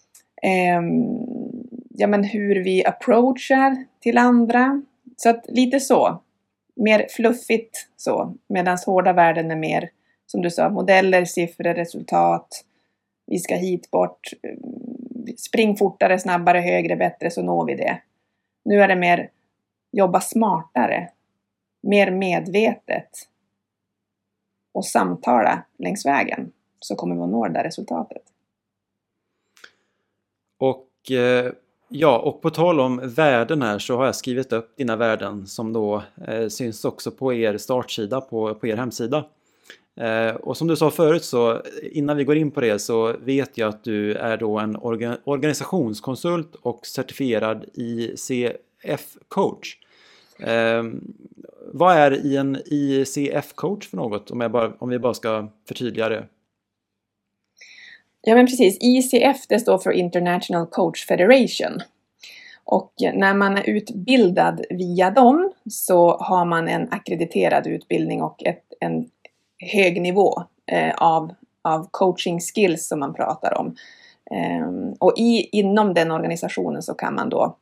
men hur vi approachar till andra. Så att lite så, mer fluffigt så, medan hårda värden är mer, som du sa, modeller, siffror, resultat, vi ska hit bort, spring fortare, snabbare, högre, bättre, så når vi det. Nu är det mer jobba smartare, mer medvetet och samtala längs vägen, så kommer vi att nå det där resultatet. Och och på tal om värden här, så har jag skrivit upp dina värden som då syns också på er startsida, på er hemsida. Och som du sa förut, så innan vi går in på det, så vet jag att du är då en organisationskonsult och certifierad ICF-coach. Vad är en ICF-coach för något, om vi bara ska förtydliga det? Ja, men precis. ICF, det står för International Coach Federation. Och när man är utbildad via dem så har man en akkrediterad utbildning och en hög nivå av av coaching skills som man pratar om. Och inom den organisationen så kan man då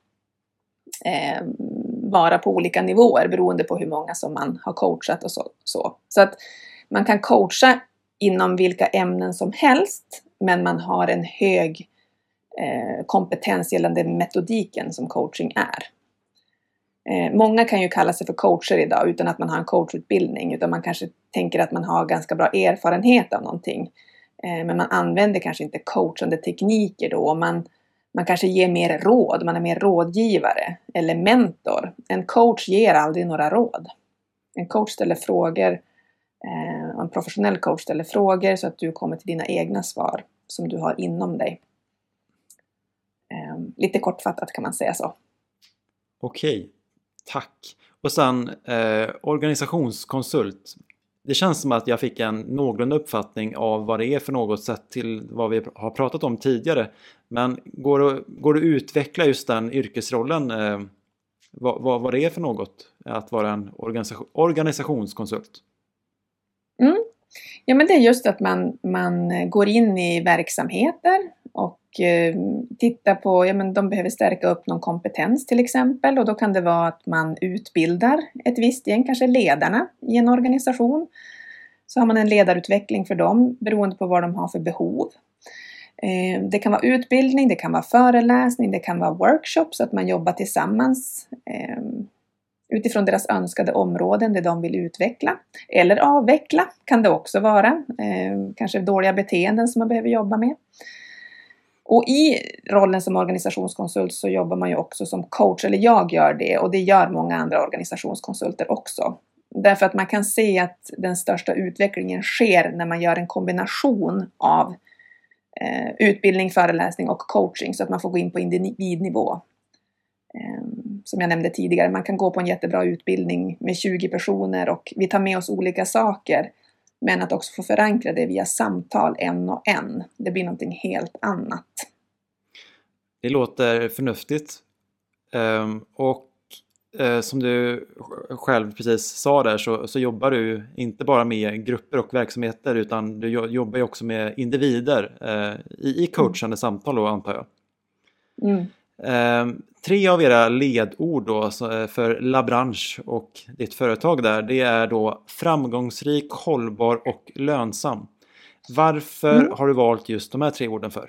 vara på olika nivåer beroende på hur många som man har coachat och så. Så att man kan coacha inom vilka ämnen som helst, men man har en hög kompetens gällande metodiken som coaching är. Många kan ju kalla sig för coacher idag utan att man har en coachutbildning, utan man kanske tänker att man har ganska bra erfarenhet av någonting. Men man använder kanske inte coachande tekniker då. Man kanske ger mer råd, man är mer rådgivare eller mentor. En coach ger aldrig några råd. En coach ställer frågor, en professionell coach ställer frågor så att du kommer till dina egna svar som du har inom dig. Lite kortfattat kan man säga så. Okej, tack. Och sen organisationskonsult. Det känns som att jag fick en någorlunda uppfattning av vad det är för något sett till vad vi har pratat om tidigare. Men går det att utveckla just den yrkesrollen, vad det är för något att vara en organisationskonsult? Ja, men det är just att man går in i verksamheter och tittar på, de behöver stärka upp någon kompetens till exempel. Och då kan det vara att man utbildar ett visst gäng, kanske ledarna i en organisation. Så har man en ledarutveckling för dem beroende på vad de har för behov. Det kan vara utbildning, det kan vara föreläsning, det kan vara workshops, att man jobbar tillsammans utifrån deras önskade områden, det de vill utveckla. Eller avveckla kan det också vara. Kanske dåliga beteenden som man behöver jobba med. Och i rollen som organisationskonsult så jobbar man ju också som coach, eller jag gör det, och det gör många andra organisationskonsulter också. Därför att man kan se att den största utvecklingen sker när man gör en kombination av utbildning, föreläsning och coaching, så att man får gå in på individnivå. Som jag nämnde tidigare, man kan gå på en jättebra utbildning med 20 personer och vi tar med oss olika saker. Men att också få förankra det via samtal en och en. Det blir någonting helt annat. Det låter förnuftigt. Och som du själv precis sa där så jobbar du inte bara med grupper och verksamheter, utan du jobbar ju också med individer i coachande samtal då, antar jag. 3 av era ledord då för La Branche och ditt företag där, det är då framgångsrik, hållbar och lönsam. Varför har du valt just de här 3 orden för?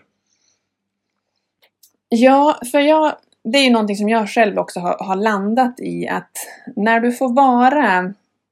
Ja, för det är ju någonting som jag själv också har landat i, att när du får vara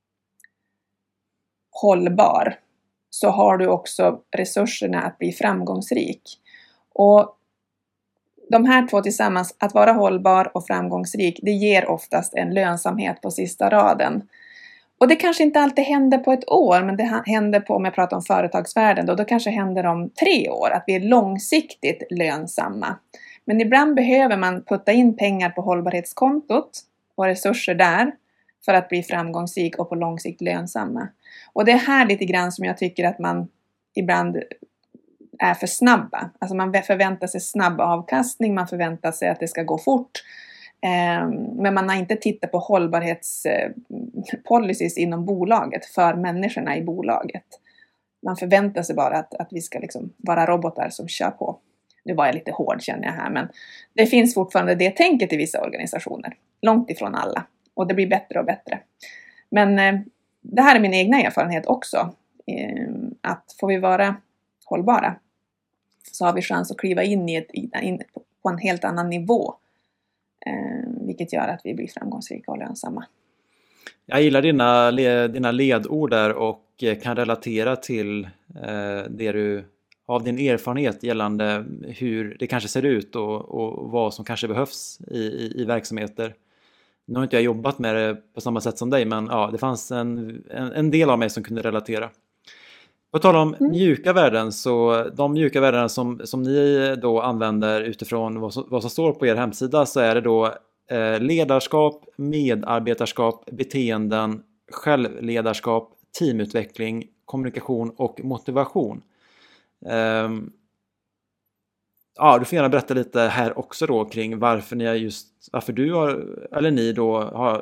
hållbar så har du också resurserna att bli framgångsrik. Och de här 2 tillsammans, att vara hållbar och framgångsrik, det ger oftast en lönsamhet på sista raden. Och det kanske inte alltid händer på ett år, men det händer på, om jag pratar om företagsvärlden, då kanske händer om 3 år, att vi är långsiktigt lönsamma. Men ibland behöver man putta in pengar på hållbarhetskontot och resurser där för att bli framgångsrik och på lång sikt lönsamma. Och det är här lite grann som jag tycker att man ibland är för snabba. Alltså man förväntar sig snabb avkastning, man förväntar sig att det ska gå fort. Men man har inte tittat på hållbarhetspolicies inom bolaget för människorna i bolaget. Man förväntar sig bara att vi ska liksom vara robotar som kör på. Nu var jag lite hård känner jag här, men det finns fortfarande det tänket i vissa organisationer. Långt ifrån alla. Och det blir bättre och bättre. Men det här är min egna erfarenhet också. Att får vi vara hållbara så har vi chans att kliva in på en helt annan nivå. Vilket gör att vi blir framgångsrika och lönsamma. Jag gillar dina ledord där och kan relatera till det du av din erfarenhet gällande hur det kanske ser ut och vad som kanske behövs i verksamheter. Nu har inte jag jobbat med det på samma sätt som dig, men ja, det fanns en del av mig som kunde relatera. På tal om mjuka värden, så de mjuka värdena som ni då använder utifrån vad som står på er hemsida, så är det då ledarskap, medarbetarskap, beteenden, självledarskap, teamutveckling, kommunikation och motivation. Ja, du får gärna berätta lite här också då kring varför ni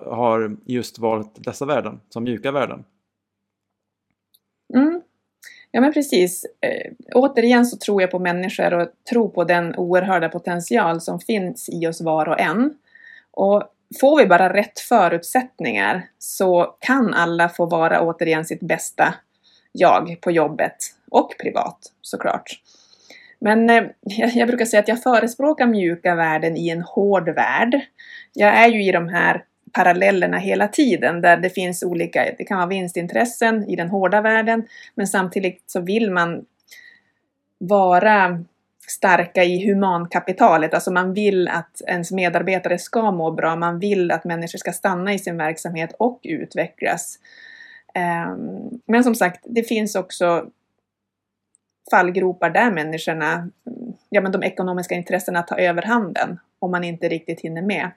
har just valt dessa värden som mjuka värden. Ja men precis. Återigen så tror jag på människor och tror på den oerhörda potential som finns i oss var och en. Och får vi bara rätt förutsättningar så kan alla få vara återigen sitt bästa jag på jobbet och privat såklart. Men jag brukar säga att jag förespråkar mjuka värden i en hård värld. Jag är ju i de här parallellerna hela tiden där det finns olika, det kan vara vinstintressen i den hårda världen, men samtidigt så vill man vara starka i humankapitalet, alltså man vill att ens medarbetare ska må bra, man vill att människor ska stanna i sin verksamhet och utvecklas. Men som sagt, det finns också fallgropar där människorna, ja men de ekonomiska intressena tar överhanden om man inte riktigt hinner med.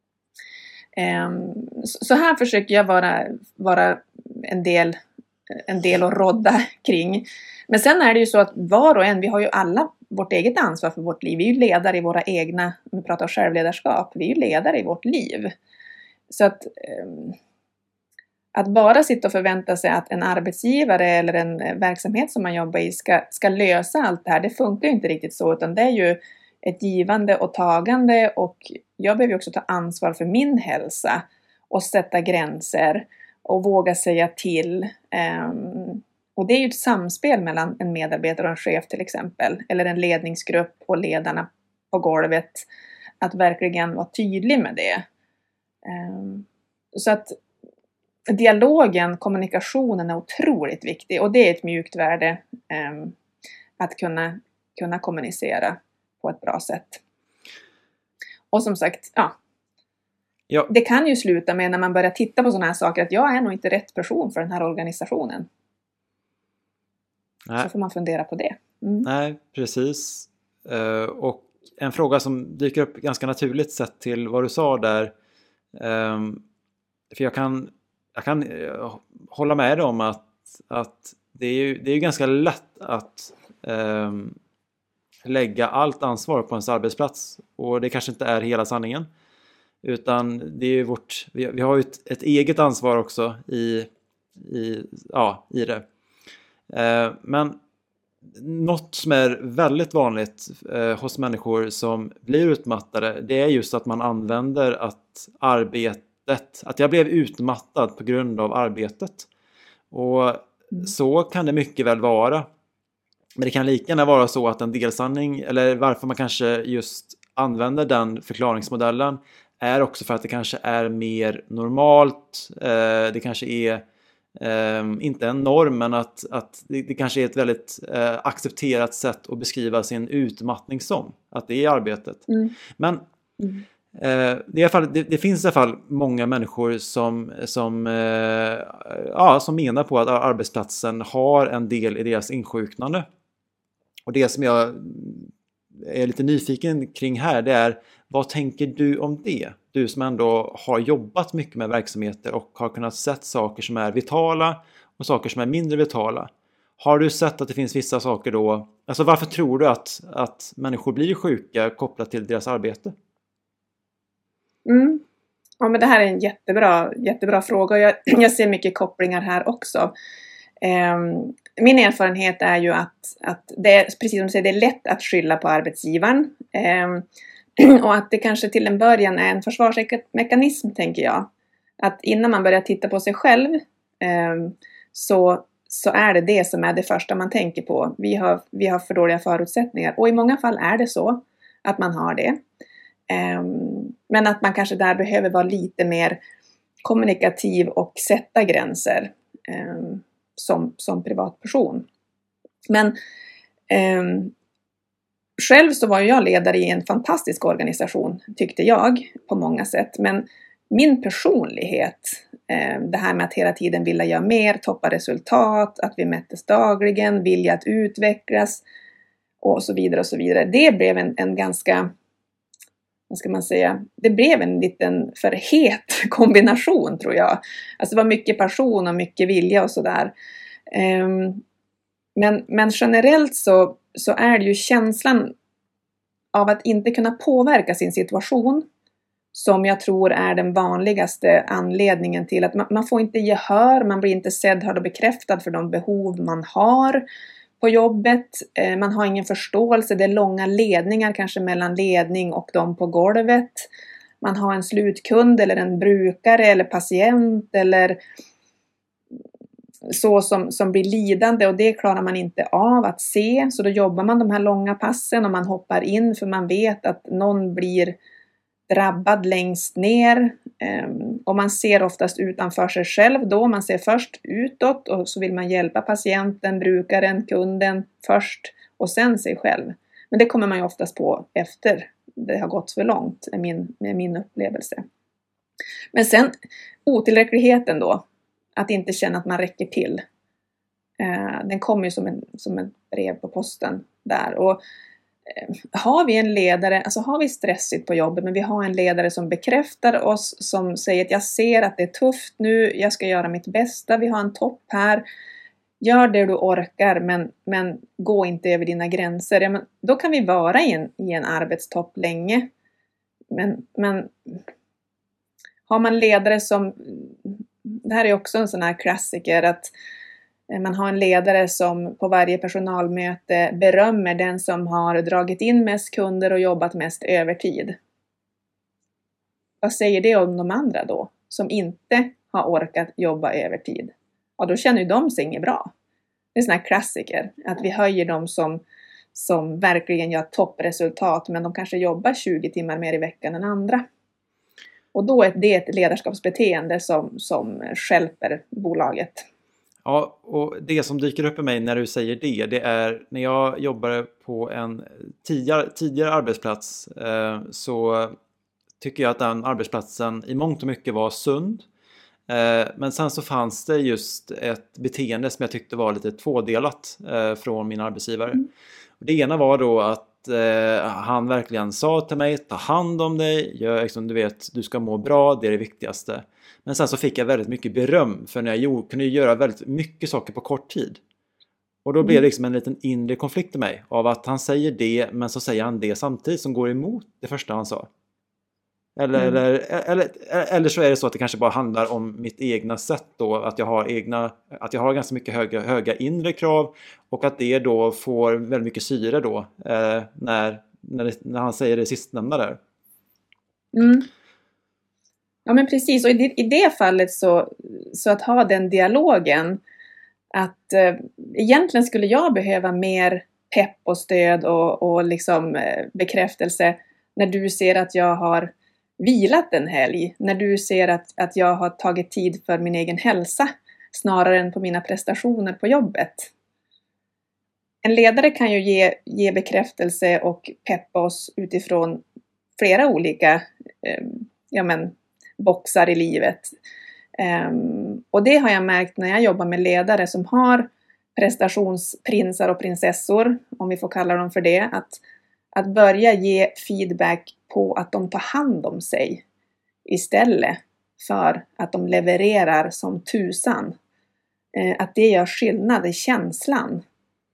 Så här försöker jag vara en del att rodda kring. Men sen är det ju så att var och en, vi har ju alla vårt eget ansvar för vårt liv. Vi är ju ledare i våra egna, om vi pratar om självledarskap, vi är ju ledare i vårt liv. Så att bara sitta och förvänta sig att en arbetsgivare eller en verksamhet som man jobbar i ska lösa allt det här, det funkar ju inte riktigt så, utan det är ju ett givande och tagande, och jag behöver också ta ansvar för min hälsa och sätta gränser och våga säga till. Och det är ju ett samspel mellan en medarbetare och en chef till exempel, eller en ledningsgrupp och ledarna på golvet, att verkligen vara tydlig med det. Så att dialogen, kommunikationen är otroligt viktig, och det är ett mjukt värde att kunna kommunicera på ett bra sätt. Och som sagt, ja. Det kan ju sluta med när man börjar titta på sådana här saker att jag är nog inte rätt person för den här organisationen. Nej. Så får man fundera på det. Nej, precis. Och en fråga som dyker upp ganska naturligt sett till vad du sa där. För jag kan hålla med dig om att det är ju ganska lätt att lägga allt ansvar på ens arbetsplats, och det kanske inte är hela sanningen, utan det är ju vi har ju ett eget ansvar också i det. Men något som är väldigt vanligt hos människor som blir utmattade, det är just att man använder att jag blev utmattad på grund av arbetet. Och så kan det mycket väl vara. Men det kan lika gärna vara så att en delsanning, eller varför man kanske just använder den förklaringsmodellen, är också för att det kanske är mer normalt. Det kanske är inte en norm, men att det kanske är ett väldigt accepterat sätt att beskriva sin utmattning som. Att det är arbetet. Men det finns i alla fall många människor som menar på att arbetsplatsen har en del i deras insjuknande. Och det som jag är lite nyfiken kring här, det är: vad tänker du om det? Du som ändå har jobbat mycket med verksamheter och har kunnat sett saker som är vitala och saker som är mindre vitala. Har du sett att det finns vissa saker då? Alltså varför tror du att människor blir sjuka kopplat till deras arbete? Ja, men det här är en jättebra fråga. Jag ser mycket kopplingar här också. Min erfarenhet är ju att det är, precis som du säger, det är lätt att skylla på arbetsgivaren. Och att det kanske till en början är en försvarsmekanism, tänker jag. Att innan man börjar titta på sig själv så är det som är det första man tänker på. Vi har för dåliga förutsättningar. Och i många fall är det så att man har det. Men att man kanske där behöver vara lite mer kommunikativ och sätta gränser som privatperson. Men själv så var jag ledare i en fantastisk organisation, tyckte jag, på många sätt. Men min personlighet, det här med att hela tiden vilja göra mer, toppa resultat, att vi mättes dagligen, vilja att utvecklas och så vidare. Det blev en ganska, vad ska man säga, det blev en liten för het kombination, tror jag. Alltså det var mycket passion och mycket vilja och sådär. Men generellt så är det ju känslan av att inte kunna påverka sin situation som jag tror är den vanligaste anledningen till att man får inte gehör, man blir inte sedd, hörd och bekräftad för de behov man har på jobbet. Man har ingen förståelse, det är långa ledningar kanske mellan ledning och de på golvet. Man har en slutkund eller en brukare eller patient eller så som blir lidande, och det klarar man inte av att se. Så då jobbar man de här långa passen och man hoppar in för man vet att någon blir drabbad längst ner. Och man ser oftast utanför sig själv då. Man ser först utåt och så vill man hjälpa patienten, brukaren, kunden först och sen sig själv. Men det kommer man ju oftast på efter det har gått för långt, med min upplevelse. Men sen otillräckligheten då. Att inte känna att man räcker till. Den kommer ju som ett brev på posten där. Och har vi en ledare, alltså har vi stressigt på jobbet, men vi har en ledare som bekräftar oss, som säger att jag ser att det är tufft nu, jag ska göra mitt bästa, vi har en topp här, gör det du orkar, men gå inte över dina gränser. Ja, men då kan vi vara i en arbetstopp länge. Men har man ledare som, det här är också en sån här klassiker, att man har en ledare som på varje personalmöte berömmer den som har dragit in mest kunder och jobbat mest övertid. Vad säger det om de andra då, som inte har orkat jobba övertid? Ja, då känner ju de sig inget bra. Det är sån här klassiker, att vi höjer dem som verkligen gör toppresultat, men de kanske jobbar 20 timmar mer i veckan än andra. Och då är det ett ledarskapsbeteende som stjälper bolaget. Ja, och det som dyker upp i mig när du säger det är när jag jobbade på en tidigare arbetsplats, så tycker jag att den arbetsplatsen i mångt och mycket var sund. Men sen så fanns det just ett beteende som jag tyckte var lite tvådelat från min arbetsgivare. Det ena var då att han verkligen sa till mig, ta hand om dig, du vet, du ska må bra, det är det viktigaste. Men sen så fick jag väldigt mycket beröm för när jag kunde göra väldigt mycket saker på kort tid. Och då blev det liksom en liten inre konflikt i mig av att han säger det, men så säger han det samtidigt som går emot det första han sa. Eller så är det så att det kanske bara handlar om mitt egna sätt då, att jag har ganska mycket höga inre krav, och att det då får väldigt mycket syre då när han säger det sistnämnda där. Ja, men precis, och i det fallet så att ha den dialogen, att egentligen skulle jag behöva mer pepp och stöd och liksom bekräftelse när du ser att jag har vilat en helg, när du ser att jag har tagit tid för min egen hälsa snarare än på mina prestationer på jobbet. En ledare kan ju ge bekräftelse och peppa oss utifrån flera olika boxar i livet. Och det har jag märkt när jag jobbar med ledare som har prestationsprinsar och prinsessor, om vi får kalla dem för det, att börja ge feedback på att de tar hand om sig istället för att de levererar som tusan. Att det gör skillnad i känslan.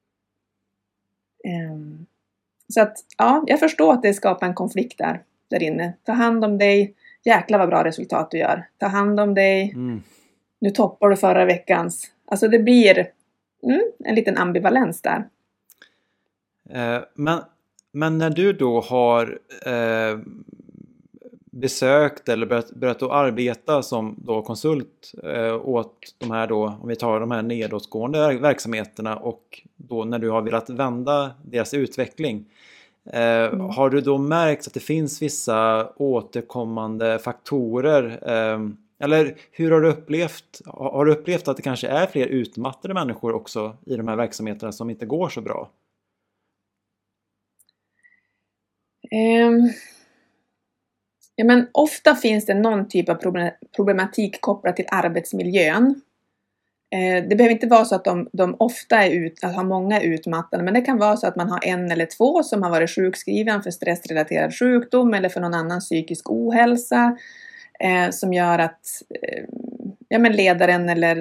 Så att, ja, jag förstår att det skapar en konflikt där inne. Ta hand om dig, jäklar vad bra resultat du gör. Ta hand om dig, nu toppar du förra veckans. Alltså det blir en liten ambivalens där. Men när du då har besökt eller börjat att arbeta som då konsult åt de här då, om vi tar de här nedåtgående verksamheterna, och då när du har velat vända deras utveckling, har du då märkt att det finns vissa återkommande faktorer, eller hur har du upplevt att det kanske är fler utmattade människor också i de här verksamheterna som inte går så bra? Ja, men ofta finns det någon typ av problematik kopplat till arbetsmiljön. Det behöver inte vara så att de ofta har många utmattade, men det kan vara så att man har en eller två som har varit sjukskriven för stressrelaterad sjukdom eller för någon annan psykisk ohälsa, som gör att ledaren eller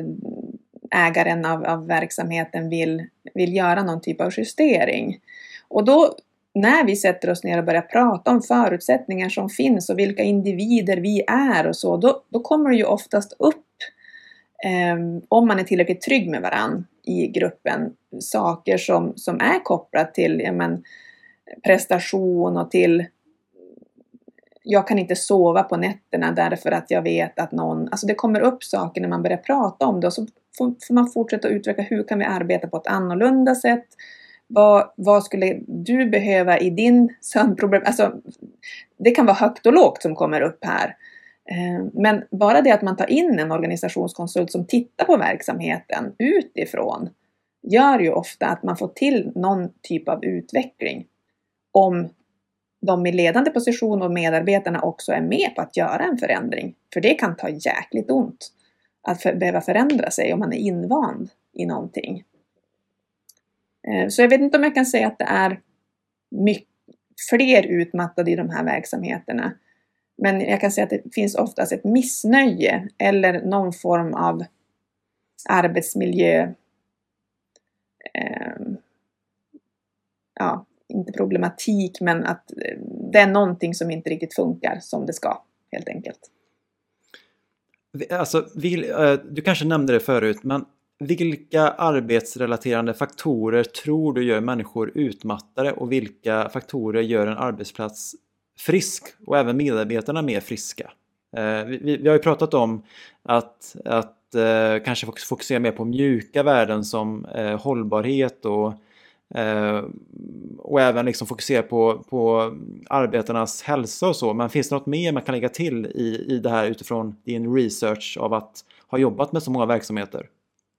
ägaren av verksamheten vill göra någon typ av justering. Och då när vi sätter oss ner och börjar prata om förutsättningar som finns och vilka individer vi är och så, då kommer det ju oftast upp, om man är tillräckligt trygg med varann i gruppen, saker som är kopplat till prestation och till jag kan inte sova på nätterna därför att jag vet att någon, alltså det kommer upp saker när man börjar prata om det, och så får man fortsätta att utveckla hur kan vi arbeta på ett annorlunda sätt. Vad skulle du behöva i din sömnproblem? Alltså, det kan vara högt och lågt som kommer upp här. Men bara det att man tar in en organisationskonsult som tittar på verksamheten utifrån gör ju ofta att man får till någon typ av utveckling. Om de i ledande position och medarbetarna också är med på att göra en förändring. För det kan ta jäkligt ont att behöva förändra sig om man är invand i någonting. Så jag vet inte om jag kan säga att det är fler utmattade i de här verksamheterna. Men jag kan säga att det finns oftast ett missnöje eller någon form av arbetsmiljö. Inte problematik, men att det är någonting som inte riktigt funkar som det ska, helt enkelt. Alltså, du kanske nämnde det förut, men vilka arbetsrelaterade faktorer tror du gör människor utmattade och vilka faktorer gör en arbetsplats frisk och även medarbetarna mer friska? Vi har ju pratat om att kanske fokusera mer på mjuka värden som hållbarhet och även liksom fokusera på arbetarnas hälsa och så. Men finns det något mer man kan lägga till i det här utifrån din research av att ha jobbat med så många verksamheter?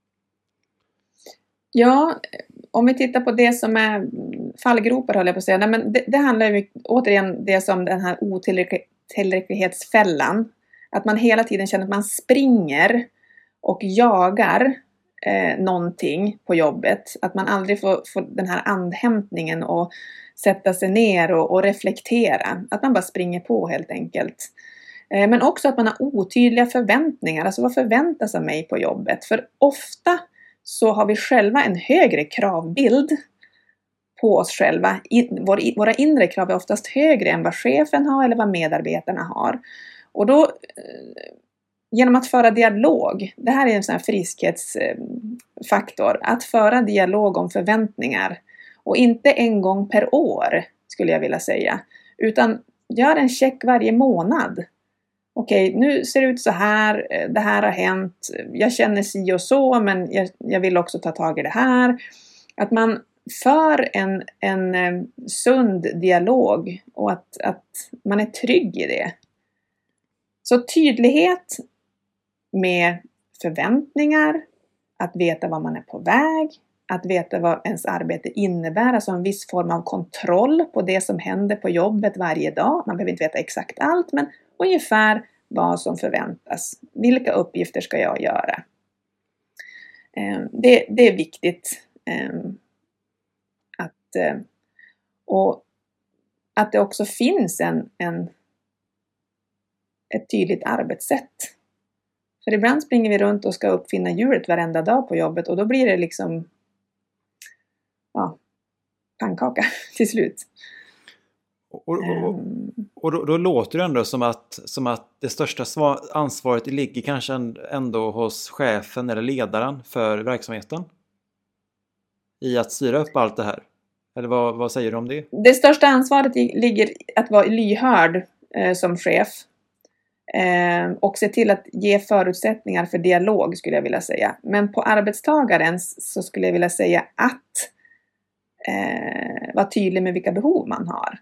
Ja, om vi tittar på det som är fallgropar, håller jag på att säga. Nej, men det handlar ju återigen det som den här otillräcklighetsfällan. Att man hela tiden känner att man springer och jagar någonting på jobbet. Att man aldrig får den här andhämtningen och sätta sig ner och reflektera. Att man bara springer på helt enkelt. Men också att man har otydliga förväntningar. Alltså vad förväntas av mig på jobbet? För ofta så har vi själva en högre kravbild på oss själva. Våra inre krav är oftast högre än vad chefen har eller vad medarbetarna har. Och då, genom att föra dialog, det här är en sån här friskhetsfaktor, att föra dialog om förväntningar. Och inte en gång per år, skulle jag vilja säga. Utan gör en check varje månad. Okej, nu ser det ut så här, det här har hänt, jag känner si och så, men jag vill också ta tag i det här. Att man för en sund dialog och att man är trygg i det. Så tydlighet med förväntningar, att veta vad man är på väg, att veta vad ens arbete innebär, alltså en viss form av kontroll på det som händer på jobbet varje dag. Man behöver inte veta exakt allt, men ungefär vad som förväntas. Vilka uppgifter ska jag göra? Det är viktigt att det också finns ett tydligt arbetssätt. För ibland springer vi runt och ska uppfinna hjulet varenda dag på jobbet och då blir det liksom pannkaka till slut. Och då låter det ändå som att det största ansvaret ligger kanske ändå hos chefen eller ledaren för verksamheten i att styra upp allt det här. Eller vad säger du om det? Det största ansvaret ligger att vara lyhörd som chef och se till att ge förutsättningar för dialog, skulle jag vilja säga. Men på arbetstagaren så skulle jag vilja säga att vara tydlig med vilka behov man har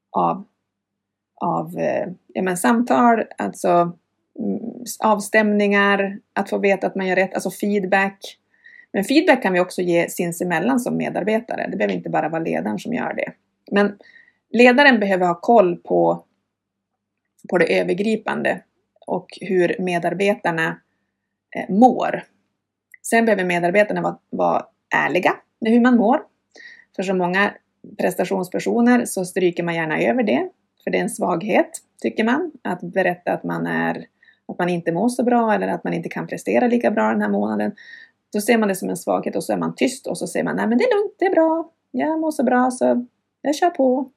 av samtal, alltså avstämningar, att få veta att man gör rätt, alltså feedback. Men feedback kan vi också ge sinsemellan som medarbetare. Det behöver inte bara vara ledaren som gör det. Men ledaren behöver ha koll på det övergripande och hur medarbetarna mår. Sen behöver medarbetarna vara ärliga med hur man mår. För så många prestationspersoner så stryker man gärna över det. För det är en svaghet, tycker man. Att berätta att man inte mår så bra eller att man inte kan prestera lika bra den här månaden. Då ser man det som en svaghet och så är man tyst och så säger man nej men det är lugnt, det är bra. Jag mår så bra så jag kör på.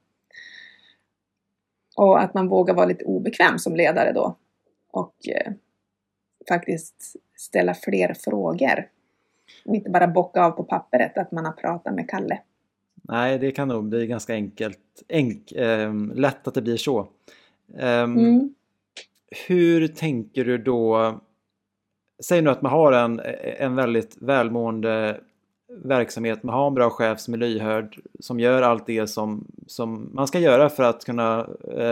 Och att man vågar vara lite obekväm som ledare då. Och faktiskt ställa fler frågor. Och inte bara bocka av på pappret att man har pratat med Kalle. Nej, det kan nog bli ganska lätt att det blir så. Hur tänker du då? Säg nu att man har en väldigt välmående verksamhet, man har en bra chef som är lyhörd, som gör allt det som man ska göra för att kunna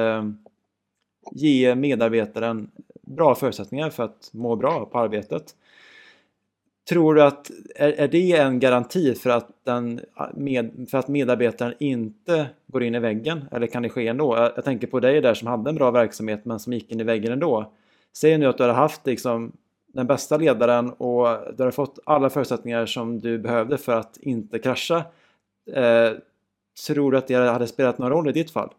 ge medarbetaren bra förutsättningar för att må bra på arbetet. Tror du att är det en garanti för att medarbetaren inte går in i väggen? Eller kan det ske ändå? Jag tänker på dig där som hade en bra verksamhet men som gick in i väggen ändå. Säg nu att du har haft liksom den bästa ledaren och du har fått alla förutsättningar som du behövde för att inte krascha. Tror du att det hade spelat någon roll i ditt fall?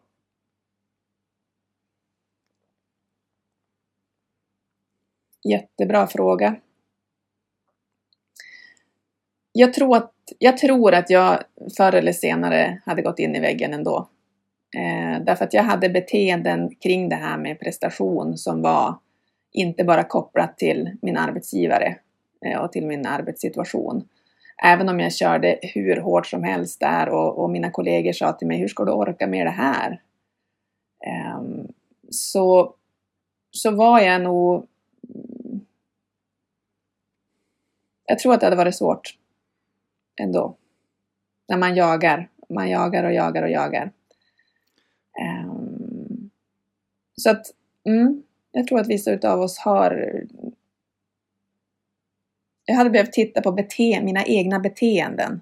Jättebra fråga. Jag tror att jag förr eller senare hade gått in i väggen ändå. Därför att jag hade beteenden kring det här med prestation som var inte bara kopplat till min arbetsgivare och till min arbetssituation. Även om jag körde hur hårt som helst där och mina kollegor sa till mig, hur ska du orka med det här? Så var jag nog... Jag tror att det hade varit svårt ändå. När man jagar och jagar. Så att jag tror att vissa utav oss har... Jag hade behövt titta på mina egna beteenden.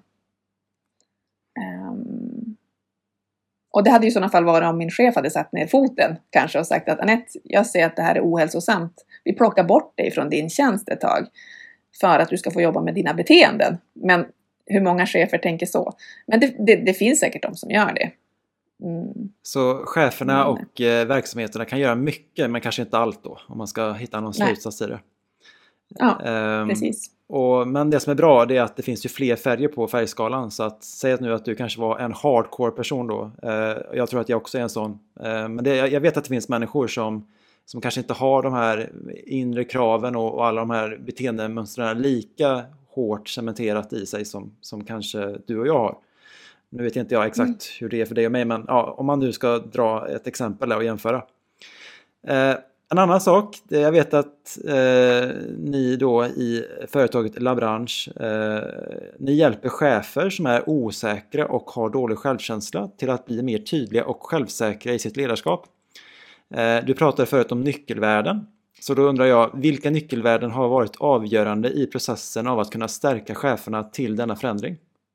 Och det hade ju i sådana fall varit om min chef hade satt ner foten kanske och sagt att Anette, jag ser att det här är ohälsosamt. Vi plockar bort dig från din tjänst ett tag för att du ska få jobba med dina beteenden. Men hur många chefer tänker så? Men det finns säkert de som gör det. Så cheferna och verksamheterna kan göra mycket men kanske inte allt då, om man ska hitta någon slutsats i det. Ja, precis. Men det som är bra det är att det finns ju fler färger på färgskalan, så att säg att nu att du kanske var en hardcore person då. Jag tror att jag också är en sån. Men jag vet att det finns människor som kanske inte har de här inre kraven och alla de här beteendemönstren lika hårt cementerat i sig som kanske du och jag har. Nu vet inte jag exakt hur det är för dig och mig, men ja, om man nu ska dra ett exempel där och jämföra. En annan sak, jag vet att ni då i företaget Labranche, ni hjälper chefer som är osäkra och har dålig självkänsla till att bli mer tydliga och självsäkra i sitt ledarskap. Du pratade förut om nyckelvärden, så då undrar jag, vilka nyckelvärden har varit avgörande i processen av att kunna stärka cheferna till denna förändring?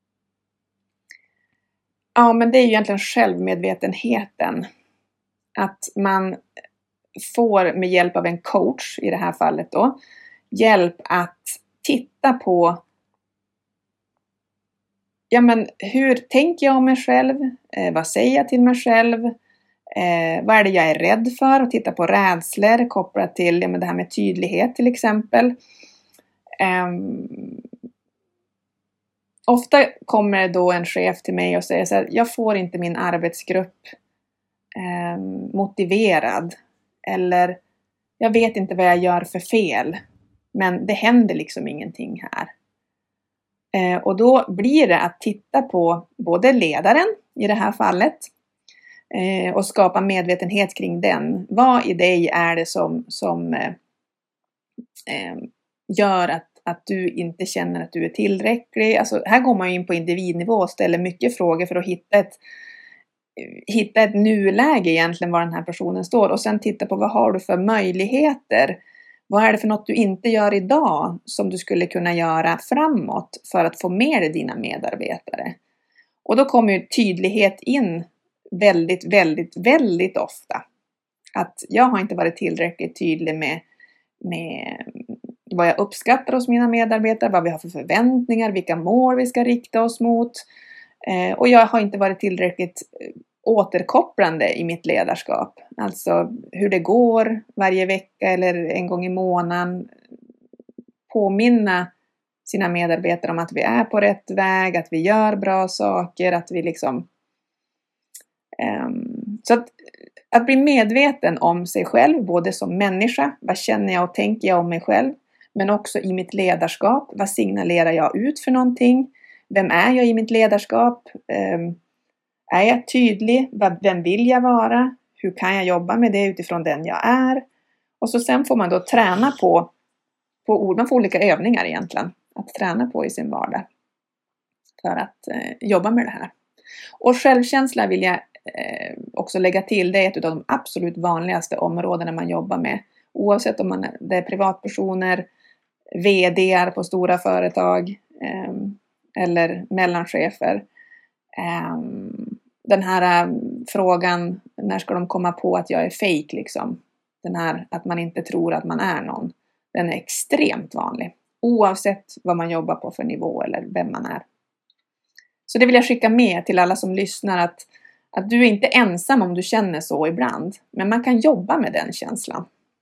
Ja, men det är ju egentligen självmedvetenheten. Att man får med hjälp av en coach i det här fallet då, hjälp att titta på hur tänker jag om mig själv? Vad säger jag till mig själv? Vad är det jag är rädd för? Och titta på rädslor kopplat till det här med tydlighet till exempel. Ofta kommer då en chef till mig och säger så här, jag får inte min arbetsgrupp motiverad. Eller jag vet inte vad jag gör för fel. Men det händer liksom ingenting här. Och då blir det att titta på både ledaren i det här fallet. Och skapa medvetenhet kring den. Vad i dig är det som gör att du inte känner att du är tillräcklig. Alltså, här går man ju in på individnivå och ställer mycket frågor för att hitta ett nuläge egentligen var den här personen står. Och sen titta på vad har du för möjligheter. Vad är det för något du inte gör idag som du skulle kunna göra framåt för att få med dig dina medarbetare. Och då kommer ju tydlighet in väldigt, väldigt, väldigt ofta. Att jag har inte varit tillräckligt tydlig med vad jag uppskattar hos mina medarbetare, vad vi har för förväntningar, vilka mål vi ska rikta oss mot. Och jag har inte varit tillräckligt återkopplande i mitt ledarskap. Alltså hur det går varje vecka eller en gång i månaden. Påminna sina medarbetare om att vi är på rätt väg, att vi gör bra saker, att vi liksom Så att bli medveten om sig själv, både som människa, vad känner jag och tänker jag om mig själv, men också i mitt ledarskap, vad signalerar jag ut för någonting, vem är jag i mitt ledarskap, är jag tydlig, vem vill jag vara, hur kan jag jobba med det utifrån den jag är, och så sen får man då träna på ord, man får olika övningar egentligen att träna på i sin vardag för att jobba med det här. Och självkänsla vill jag också lägga till, det är ett av de absolut vanligaste områdena man jobbar med. Oavsett om det är privatpersoner, vd:ar på stora företag eller mellanchefer. Den här frågan, när ska de komma på att jag är fake liksom? Den här att man inte tror att man är någon. Den är extremt vanlig. Oavsett vad man jobbar på för nivå eller vem man är. Så det vill jag skicka med till alla som lyssnar, att du är inte ensam om du känner så ibland. Men man kan jobba med den känslan.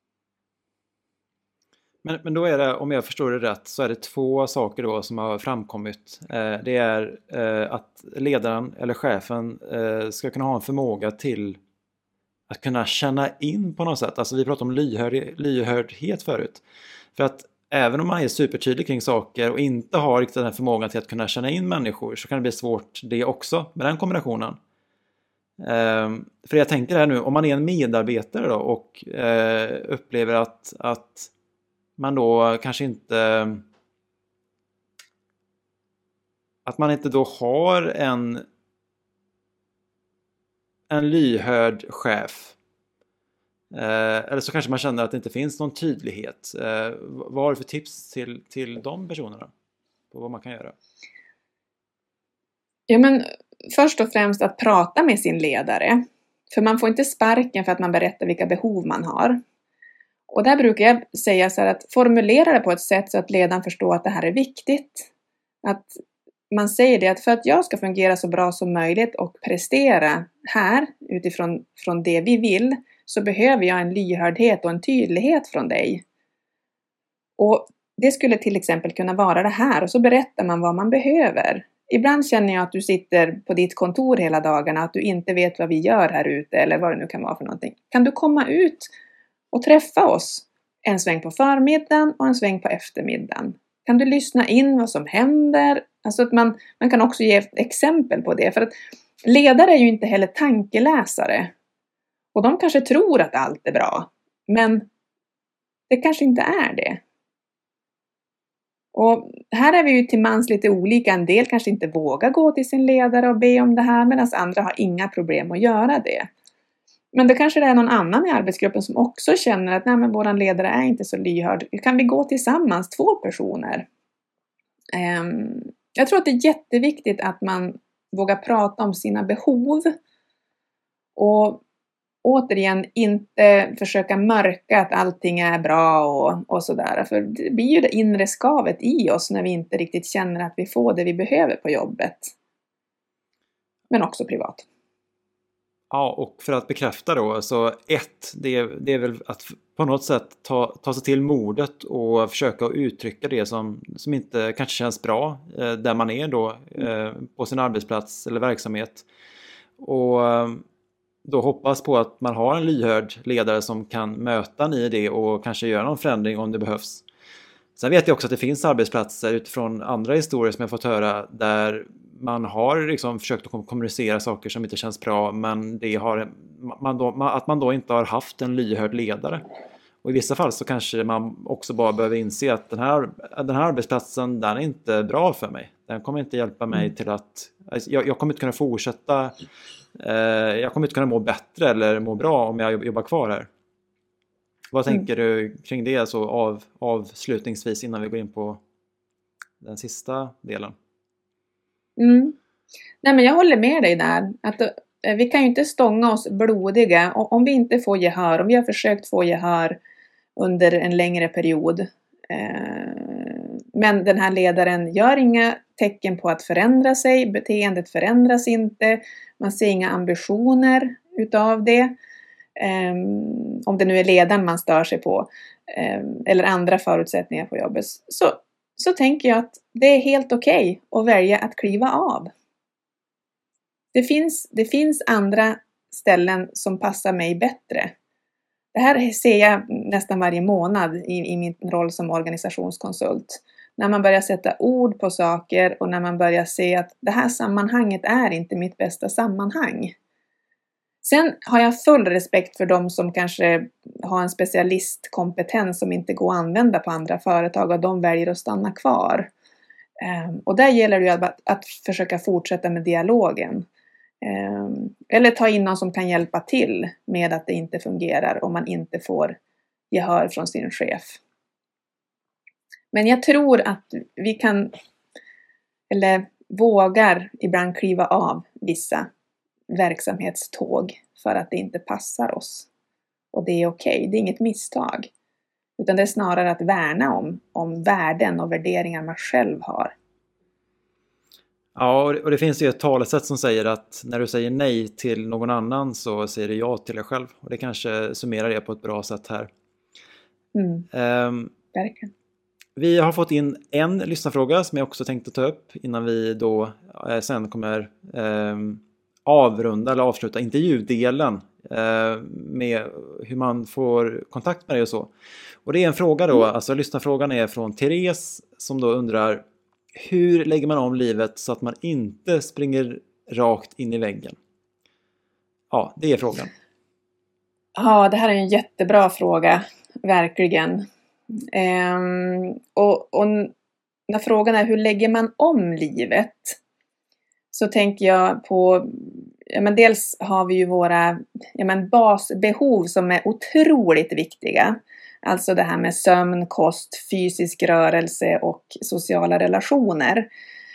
Men då är det, om jag förstår det rätt, så är det 2 saker då som har framkommit. Det är att ledaren eller chefen ska kunna ha en förmåga till att kunna känna in på något sätt. Alltså vi pratade om lyhördhet förut. För att även om man är supertydlig kring saker och inte har riktigt den här förmågan till att kunna känna in människor, så kan det bli svårt det också med den kombinationen. För jag tänker här nu, om man är en medarbetare då och upplever att man då kanske inte, att man inte då har en lyhörd chef, eller så kanske man känner att det inte finns någon tydlighet. Vad har du för tips till de personerna på vad man kan göra? Ja, men först och främst att prata med sin ledare. För man får inte sparken för att man berättar vilka behov man har. Och där brukar jag säga så här, att formulera det på ett sätt så att ledaren förstår att det här är viktigt. Att man säger det, att för att jag ska fungera så bra som möjligt och prestera här utifrån det vi vill, så behöver jag en lyhördhet och en tydlighet från dig. Och det skulle till exempel kunna vara det här, och så berättar man vad man behöver. Ibland känner jag att du sitter på ditt kontor hela dagarna, att du inte vet vad vi gör här ute eller vad det nu kan vara för någonting. Kan du komma ut och träffa oss en sväng på förmiddagen och en sväng på eftermiddagen? Kan du lyssna in vad som händer? Alltså att man kan också ge ett exempel på det. För att ledare är ju inte heller tankeläsare. Och de kanske tror att allt är bra. Men det kanske inte är det. Och här är vi ju till mans lite olika. En del kanske inte vågar gå till sin ledare och be om det här, medan andra har inga problem att göra det. Men det kanske är någon annan i arbetsgruppen som också känner att nej, men våran ledare är inte så lyhörd. Kan vi gå tillsammans, 2 personer? Jag tror att det är jätteviktigt att man vågar prata om sina behov. Och återigen inte försöka mörka att allting är bra och sådär. För det blir ju det inre skavet i oss när vi inte riktigt känner att vi får det vi behöver på jobbet. Men också privat. Ja, och för att bekräfta då, så det är väl att på något sätt ta sig till modet och försöka uttrycka det som inte kanske känns bra där man är då på sin arbetsplats eller verksamhet. Och då hoppas på att man har en lyhörd ledare som kan möta ni i det och kanske göra någon förändring om det behövs. Sen vet jag också att det finns arbetsplatser utifrån andra historier som jag fått höra där man har liksom försökt att kommunicera saker som inte känns bra, men att man då inte har haft en lyhörd ledare. Och i vissa fall så kanske man också bara behöver inse att den här arbetsplatsen, den är inte bra för mig. Den kommer inte hjälpa mig till att jag kommer inte kunna fortsätta, jag kommer inte kunna må bättre eller må bra om jag jobbar kvar här. Vad tänker du kring det så avslutningsvis innan vi går in på den sista delen? Nej, men jag håller med dig där. Att vi kan ju inte stånga oss blodiga om vi inte får gehör. Om vi har försökt få gehör under en längre period. Men den här ledaren gör inga tecken på att förändra sig. Beteendet förändras inte. Man ser inga ambitioner utav det. Om det nu är ledaren man stör sig på. Eller andra förutsättningar på jobbet. Så tänker jag att det är helt okej att välja att kliva av. det finns andra ställen som passar mig bättre. Det här ser jag nästan varje månad i min roll som organisationskonsult. När man börjar sätta ord på saker och när man börjar se att det här sammanhanget är inte mitt bästa sammanhang. Sen har jag full respekt för de som kanske har en specialistkompetens som inte går att använda på andra företag och de väljer att stanna kvar. Och där gäller det ju att försöka fortsätta med dialogen. Eller ta in någon som kan hjälpa till med att det inte fungerar om man inte får gehör från sin chef. Men jag tror att vi kan, eller vågar ibland kliva av vissa verksamhetståg för att det inte passar oss. Och det är okej, det är inget misstag. Utan det är snarare att värna om värden och värderingar man själv har. Ja, och det finns ju ett talesätt som säger att när du säger nej till någon annan så säger du ja till dig själv. Och det kanske summerar det på ett bra sätt här. Verkligen. Vi har fått in en lyssnarfråga som jag också tänkte ta upp innan vi då sen kommer avrunda eller avsluta intervjudelen med hur man får kontakt med dig och så. Och det är en fråga då, alltså lyssnarfrågan är från Therese som då undrar: hur lägger man om livet så att man inte springer rakt in i väggen? Ja, det är frågan. Ja, det här är en jättebra fråga, verkligen. Och när frågan är hur lägger man om livet, så tänker jag på, dels har vi ju våra basbehov som är otroligt viktiga. Alltså det här med sömn, kost, fysisk rörelse och sociala relationer.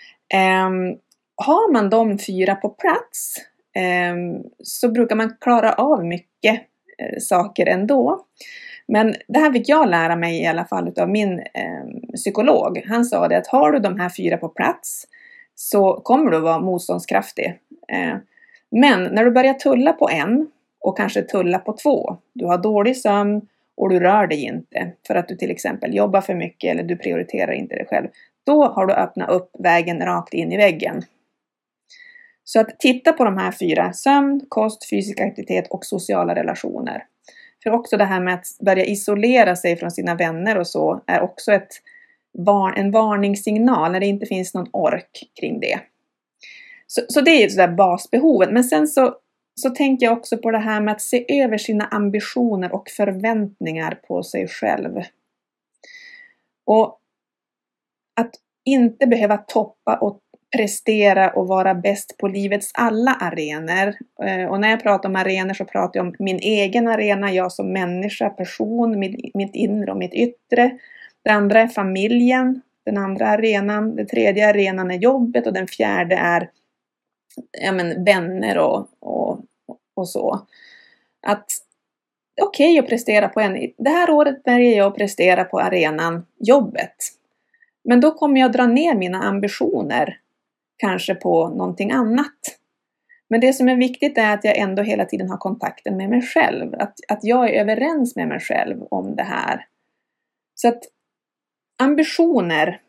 Har man de 4 på plats så brukar man klara av mycket saker ändå. Men det här fick jag lära mig i alla fall av min psykolog. Han sa det att har du de här 4 på plats så kommer du att vara motståndskraftig. Men när du börjar tulla på en och kanske tulla på 2, du har dålig sömn och du rör dig inte för att du till exempel jobbar för mycket eller du prioriterar inte dig själv. Då har du öppnat upp vägen rakt in i väggen. Så att titta på de här 4: sömn, kost, fysisk aktivitet och sociala relationer. För också det här med att börja isolera sig från sina vänner och så är också en varningssignal när det inte finns någon ork kring det. Så det är ju sådär basbehovet. Men sen så tänker jag också på det här med att se över sina ambitioner och förväntningar på sig själv. Och att inte behöva toppa och prestera och vara bäst på livets alla arenor. Och när jag pratar om arenor så pratar jag om min egen arena, jag som människa, person, mitt inre och mitt yttre. Det andra är familjen, den andra arenan. Den tredje arenan är jobbet och den fjärde är vänner och så. Att okej att prestera på en. Det här året väljer jag att prestera på arenan jobbet. Men då kommer jag dra ner mina ambitioner kanske på någonting annat. Men det som är viktigt är att jag ändå hela tiden har kontakten med mig själv. Att jag är överens med mig själv om det här. Så att ambitioner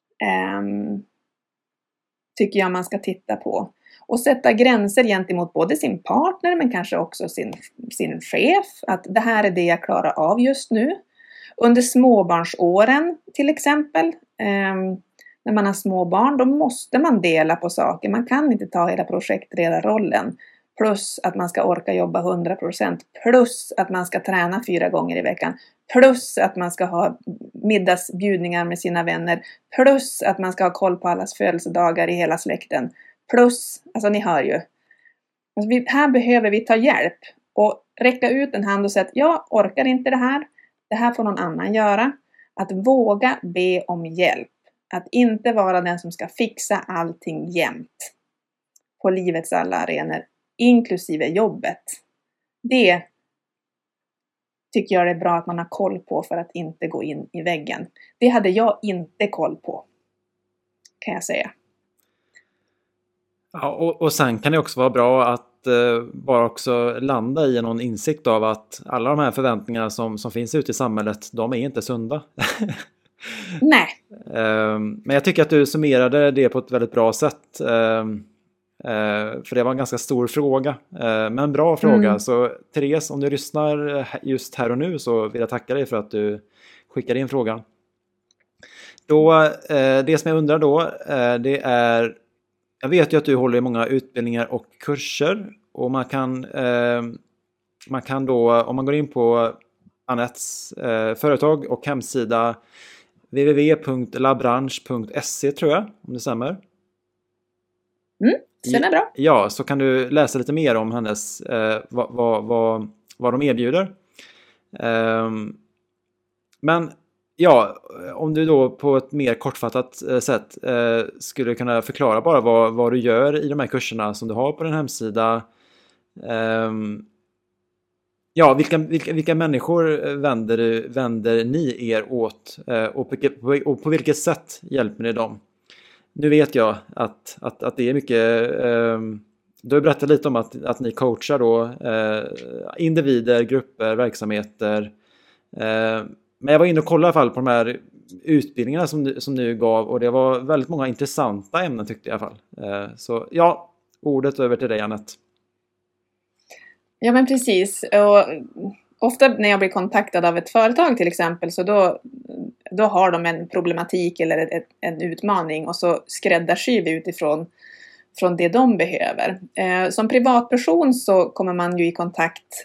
tycker jag man ska titta på. Och sätta gränser gentemot både sin partner men kanske också sin chef. Att det här är det jag klarar av just nu. Under småbarnsåren till exempel. När man har små barn då måste man dela på saker. Man kan inte ta hela projektledarrollen. Plus att man ska orka jobba 100%. Plus att man ska träna 4 gånger i veckan. Plus att man ska ha middagsbjudningar med sina vänner. Plus att man ska ha koll på allas födelsedagar i hela släkten. Plus, alltså ni hör ju. Alltså här behöver vi ta hjälp. Och räcka ut en hand och säga att jag orkar inte det här. Det här får någon annan göra. Att våga be om hjälp. Att inte vara den som ska fixa allting jämt. På livets alla arenor. Inklusive jobbet. Det tycker jag är bra att man har koll på för att inte gå in i väggen. Det hade jag inte koll på. Kan jag säga. Ja, och sen kan det också vara bra att bara också landa i någon insikt av att alla de här förväntningarna som finns ute i samhället, de är inte sunda. Nej. Men jag tycker att du summerade det på ett väldigt bra sätt. För det var en ganska stor fråga. Men en bra fråga. Så Therese, om du lyssnar just här och nu så vill jag tacka dig för att du skickade in frågan. Det som jag undrar då, det är... Jag vet ju att du håller i många utbildningar och kurser. Och man kan då, om man går in på Anettes företag och hemsida www.labranche.se tror jag, om det stämmer. Stämmer bra. Ja, så kan du läsa lite mer om hennes, vad de erbjuder. Men ja, om du då på ett mer kortfattat sätt skulle kunna förklara bara vad du gör i de här kurserna som du har på din hemsida. Ja, vilka människor vänder ni er åt och på vilket sätt hjälper ni dem? Nu vet jag att det är mycket... Du har berättat lite om att ni coachar då individer, grupper, verksamheter. Men jag var inne och kollade i alla fall på de här utbildningarna som du gav och det var väldigt många intressanta ämnen tyckte jag i alla fall. Så ja, ordet över till dig Anette. Ja men precis. Och ofta när jag blir kontaktad av ett företag till exempel så då har de en problematik eller en utmaning och så skräddarsyr vi utifrån det de behöver. Som privatperson så kommer man ju i kontakt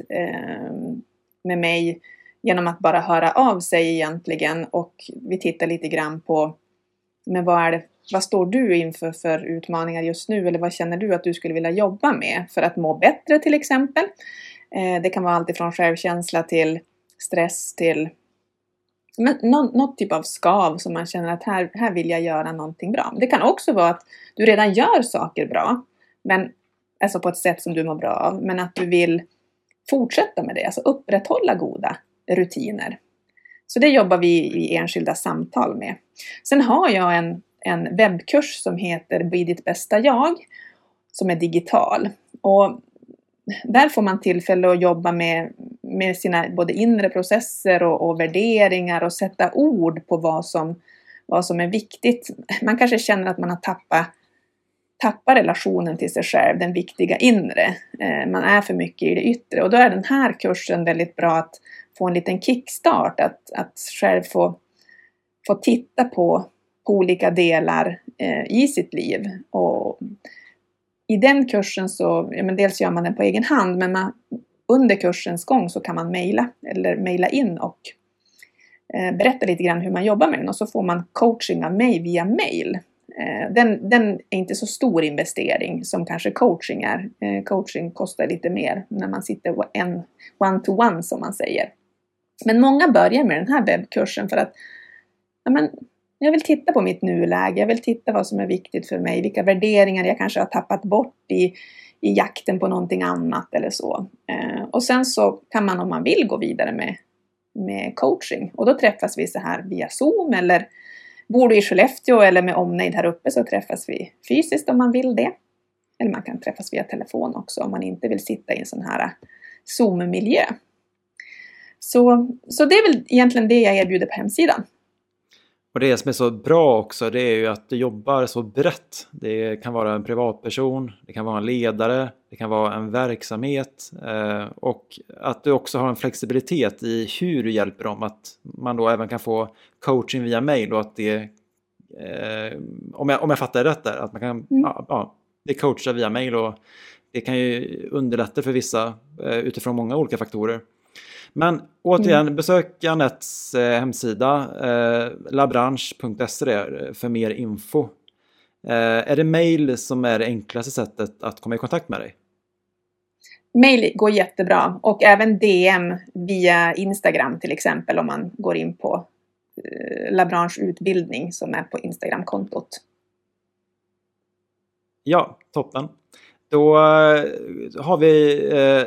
med mig genom att bara höra av sig egentligen och vi tittar lite grann på men vad står du inför för utmaningar just nu eller vad känner du att du skulle vilja jobba med för att må bättre till exempel. Det kan vara allt ifrån självkänsla till stress till något typ av skav som man känner att här vill jag göra någonting bra. Det kan också vara att du redan gör saker bra, men alltså på ett sätt som du mår bra av, men att du vill fortsätta med det, alltså upprätthålla goda rutiner. Så det jobbar vi i enskilda samtal med. Sen har jag en webbkurs som heter Bli ditt bästa jag, som är digital. Och där får man tillfälle att jobba med sina både inre processer och värderingar och sätta ord på vad som är viktigt. Man kanske känner att man har tappat relationen till sig själv, den viktiga inre. Man är för mycket i det yttre. Och då är den här kursen väldigt bra att få en liten kickstart. Att själv få titta på olika delar i sitt liv. Och i den kursen så, dels gör man den på egen hand, men under kursens gång så kan man mejla in och berätta lite grann hur man jobbar med den. Och så får man coaching av mig via mail. Den är inte så stor investering som kanske coaching är. Coaching kostar lite mer när man sitter one-to-one som man säger. Men många börjar med den här webbkursen för att jag vill titta på mitt nuläge. Jag vill titta vad som är viktigt för mig. Vilka värderingar jag kanske har tappat bort i jakten på någonting annat eller så. Och sen så kan man om man vill gå vidare med coaching. Och då träffas vi så här via Zoom eller bor du i Skellefteå eller med omnejd här uppe så träffas vi fysiskt om man vill det. Eller man kan träffas via telefon också om man inte vill sitta i en sån här Zoom-miljö. Så det är väl egentligen det jag erbjuder på hemsidan. Och det som är så bra också det är ju att du jobbar så brett. Det kan vara en privatperson, det kan vara en ledare, det kan vara en verksamhet och att du också har en flexibilitet i hur du hjälper dem. Att man då även kan få coaching via mail och att det, om jag fattar rätt där, att man kan det coachar via mail och det kan ju underlätta för vissa utifrån många olika faktorer. Men återigen, besök Anettes hemsida labranche.se för mer info. Är det mail som är det enklaste sättet att komma i kontakt med dig? Mail går jättebra och även DM via Instagram till exempel om man går in på Labranche utbildning som är på Instagram-kontot. Ja, toppen. Då har vi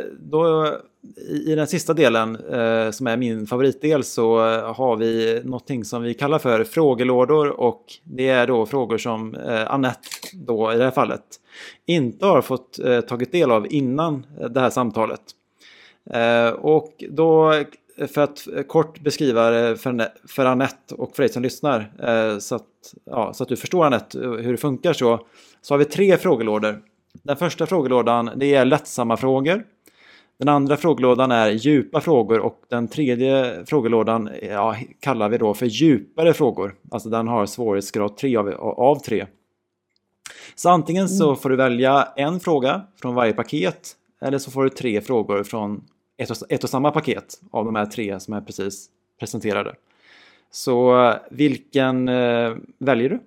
i den sista delen som är min favoritdel så har vi någonting som vi kallar för frågelådor och det är då frågor som Anette då i det här fallet inte har fått tagit del av innan det här samtalet. Och då för att kort beskriva det för Anette och för dig som lyssnar så att du förstår Anette hur det funkar så har vi 3 frågelådor. Den första frågelådan, det är lättsamma frågor. Den andra frågelådan är djupa frågor och den tredje frågelådan kallar vi då för djupare frågor. Alltså den har svårighetsgrad 3 av 3. Så antingen så får du välja en fråga från varje paket eller så får du 3 frågor från ett och samma paket av de här 3 som är precis presenterade. Så vilken väljer du?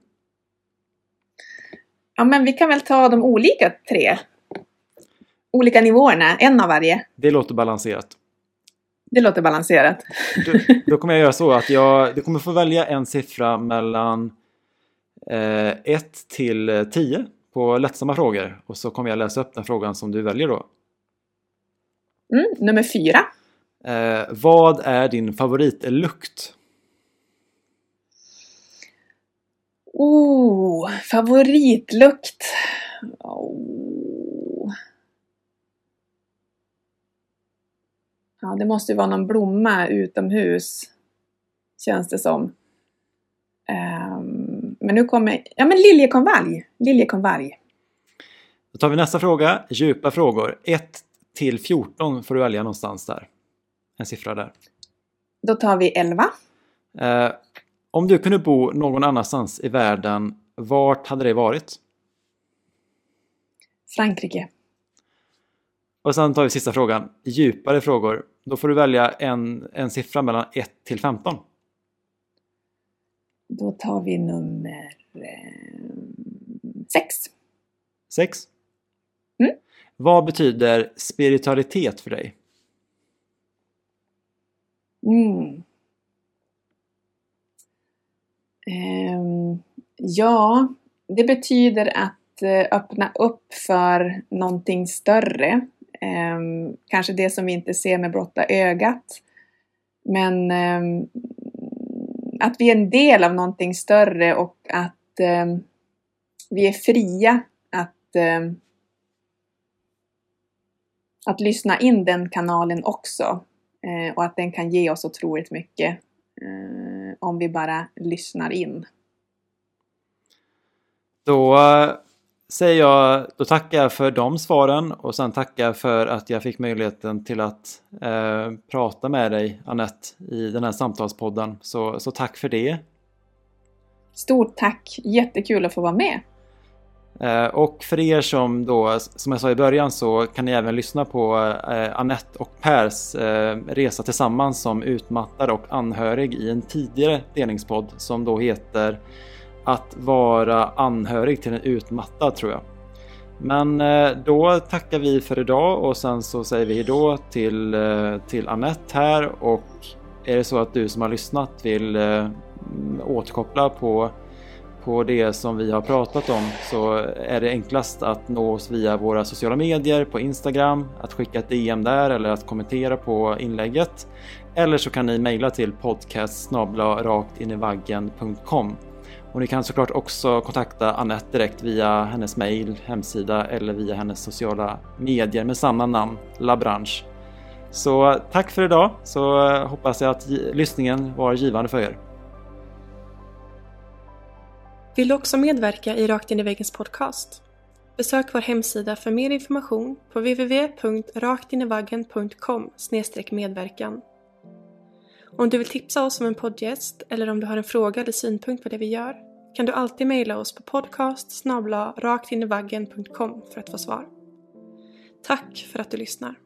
Ja, men vi kan väl ta de olika 3. Olika nivåerna, en av varje. Det låter balanserat. Det låter balanserat. Då kommer jag göra så att du kommer få välja en siffra mellan 1 till 10 på lättsamma frågor. Och så kommer jag läsa upp den frågan som du väljer då. Nummer 4. Vad är din favoritlukt? Favoritlukt. Ja, det måste ju vara någon blomma utomhus. Känns det som. Men nu kommer... Ja, men liljekonvalj. Liljekonvalj. Då tar vi nästa fråga. Djupa frågor. 1 till 14 får du välja någonstans där. En siffra där. Då tar vi 11. Om du kunde bo någon annanstans i världen, vart hade det varit? Frankrike. Och sen tar vi sista frågan. Djupare frågor. Då får du välja en siffra mellan 1 till 15. Då tar vi nummer 6. 6. Vad betyder spiritualitet för dig? Ja, det betyder att öppna upp för någonting större. Kanske det som vi inte ser med blotta ögat. Men att vi är en del av någonting större och att vi är fria att lyssna in den kanalen också. Och att den kan ge oss otroligt mycket om vi bara lyssnar in. Då säger jag, då tackar jag för de svaren och sen tackar för att jag fick möjligheten till att prata med dig, Anette, i den här samtalspodden. Så tack för det. Stort tack, jättekul att få vara med. Och för er som då, som jag sa i början, så kan ni även lyssna på Anette och Pers resa tillsammans som utmattad och anhörig i en tidigare delningspodd som då heter Att vara anhörig till en utmattad, tror jag. Men då tackar vi för idag och sen så säger vi då till Anette här, och är det så att du som har lyssnat vill återkoppla på det som vi har pratat om, så är det enklast att nå oss via våra sociala medier på Instagram, att skicka ett DM där eller att kommentera på inlägget, eller så kan ni mejla till podcast@raktinivaggen.com. Och ni kan såklart också kontakta Anette direkt via hennes mejl, hemsida eller via hennes sociala medier med samma namn, La Branche. Så tack för idag, så hoppas jag att lyssningen var givande för er. Vill du också medverka i Rakt in i väggens podcast? Besök vår hemsida för mer information på www.raktinivaggen.com/medverkan. Om du vill tipsa oss om en poddgäst eller om du har en fråga eller synpunkt på det vi gör, kan du alltid mejla oss på podcast@raktinivaggen.com för att få svar. Tack för att du lyssnar.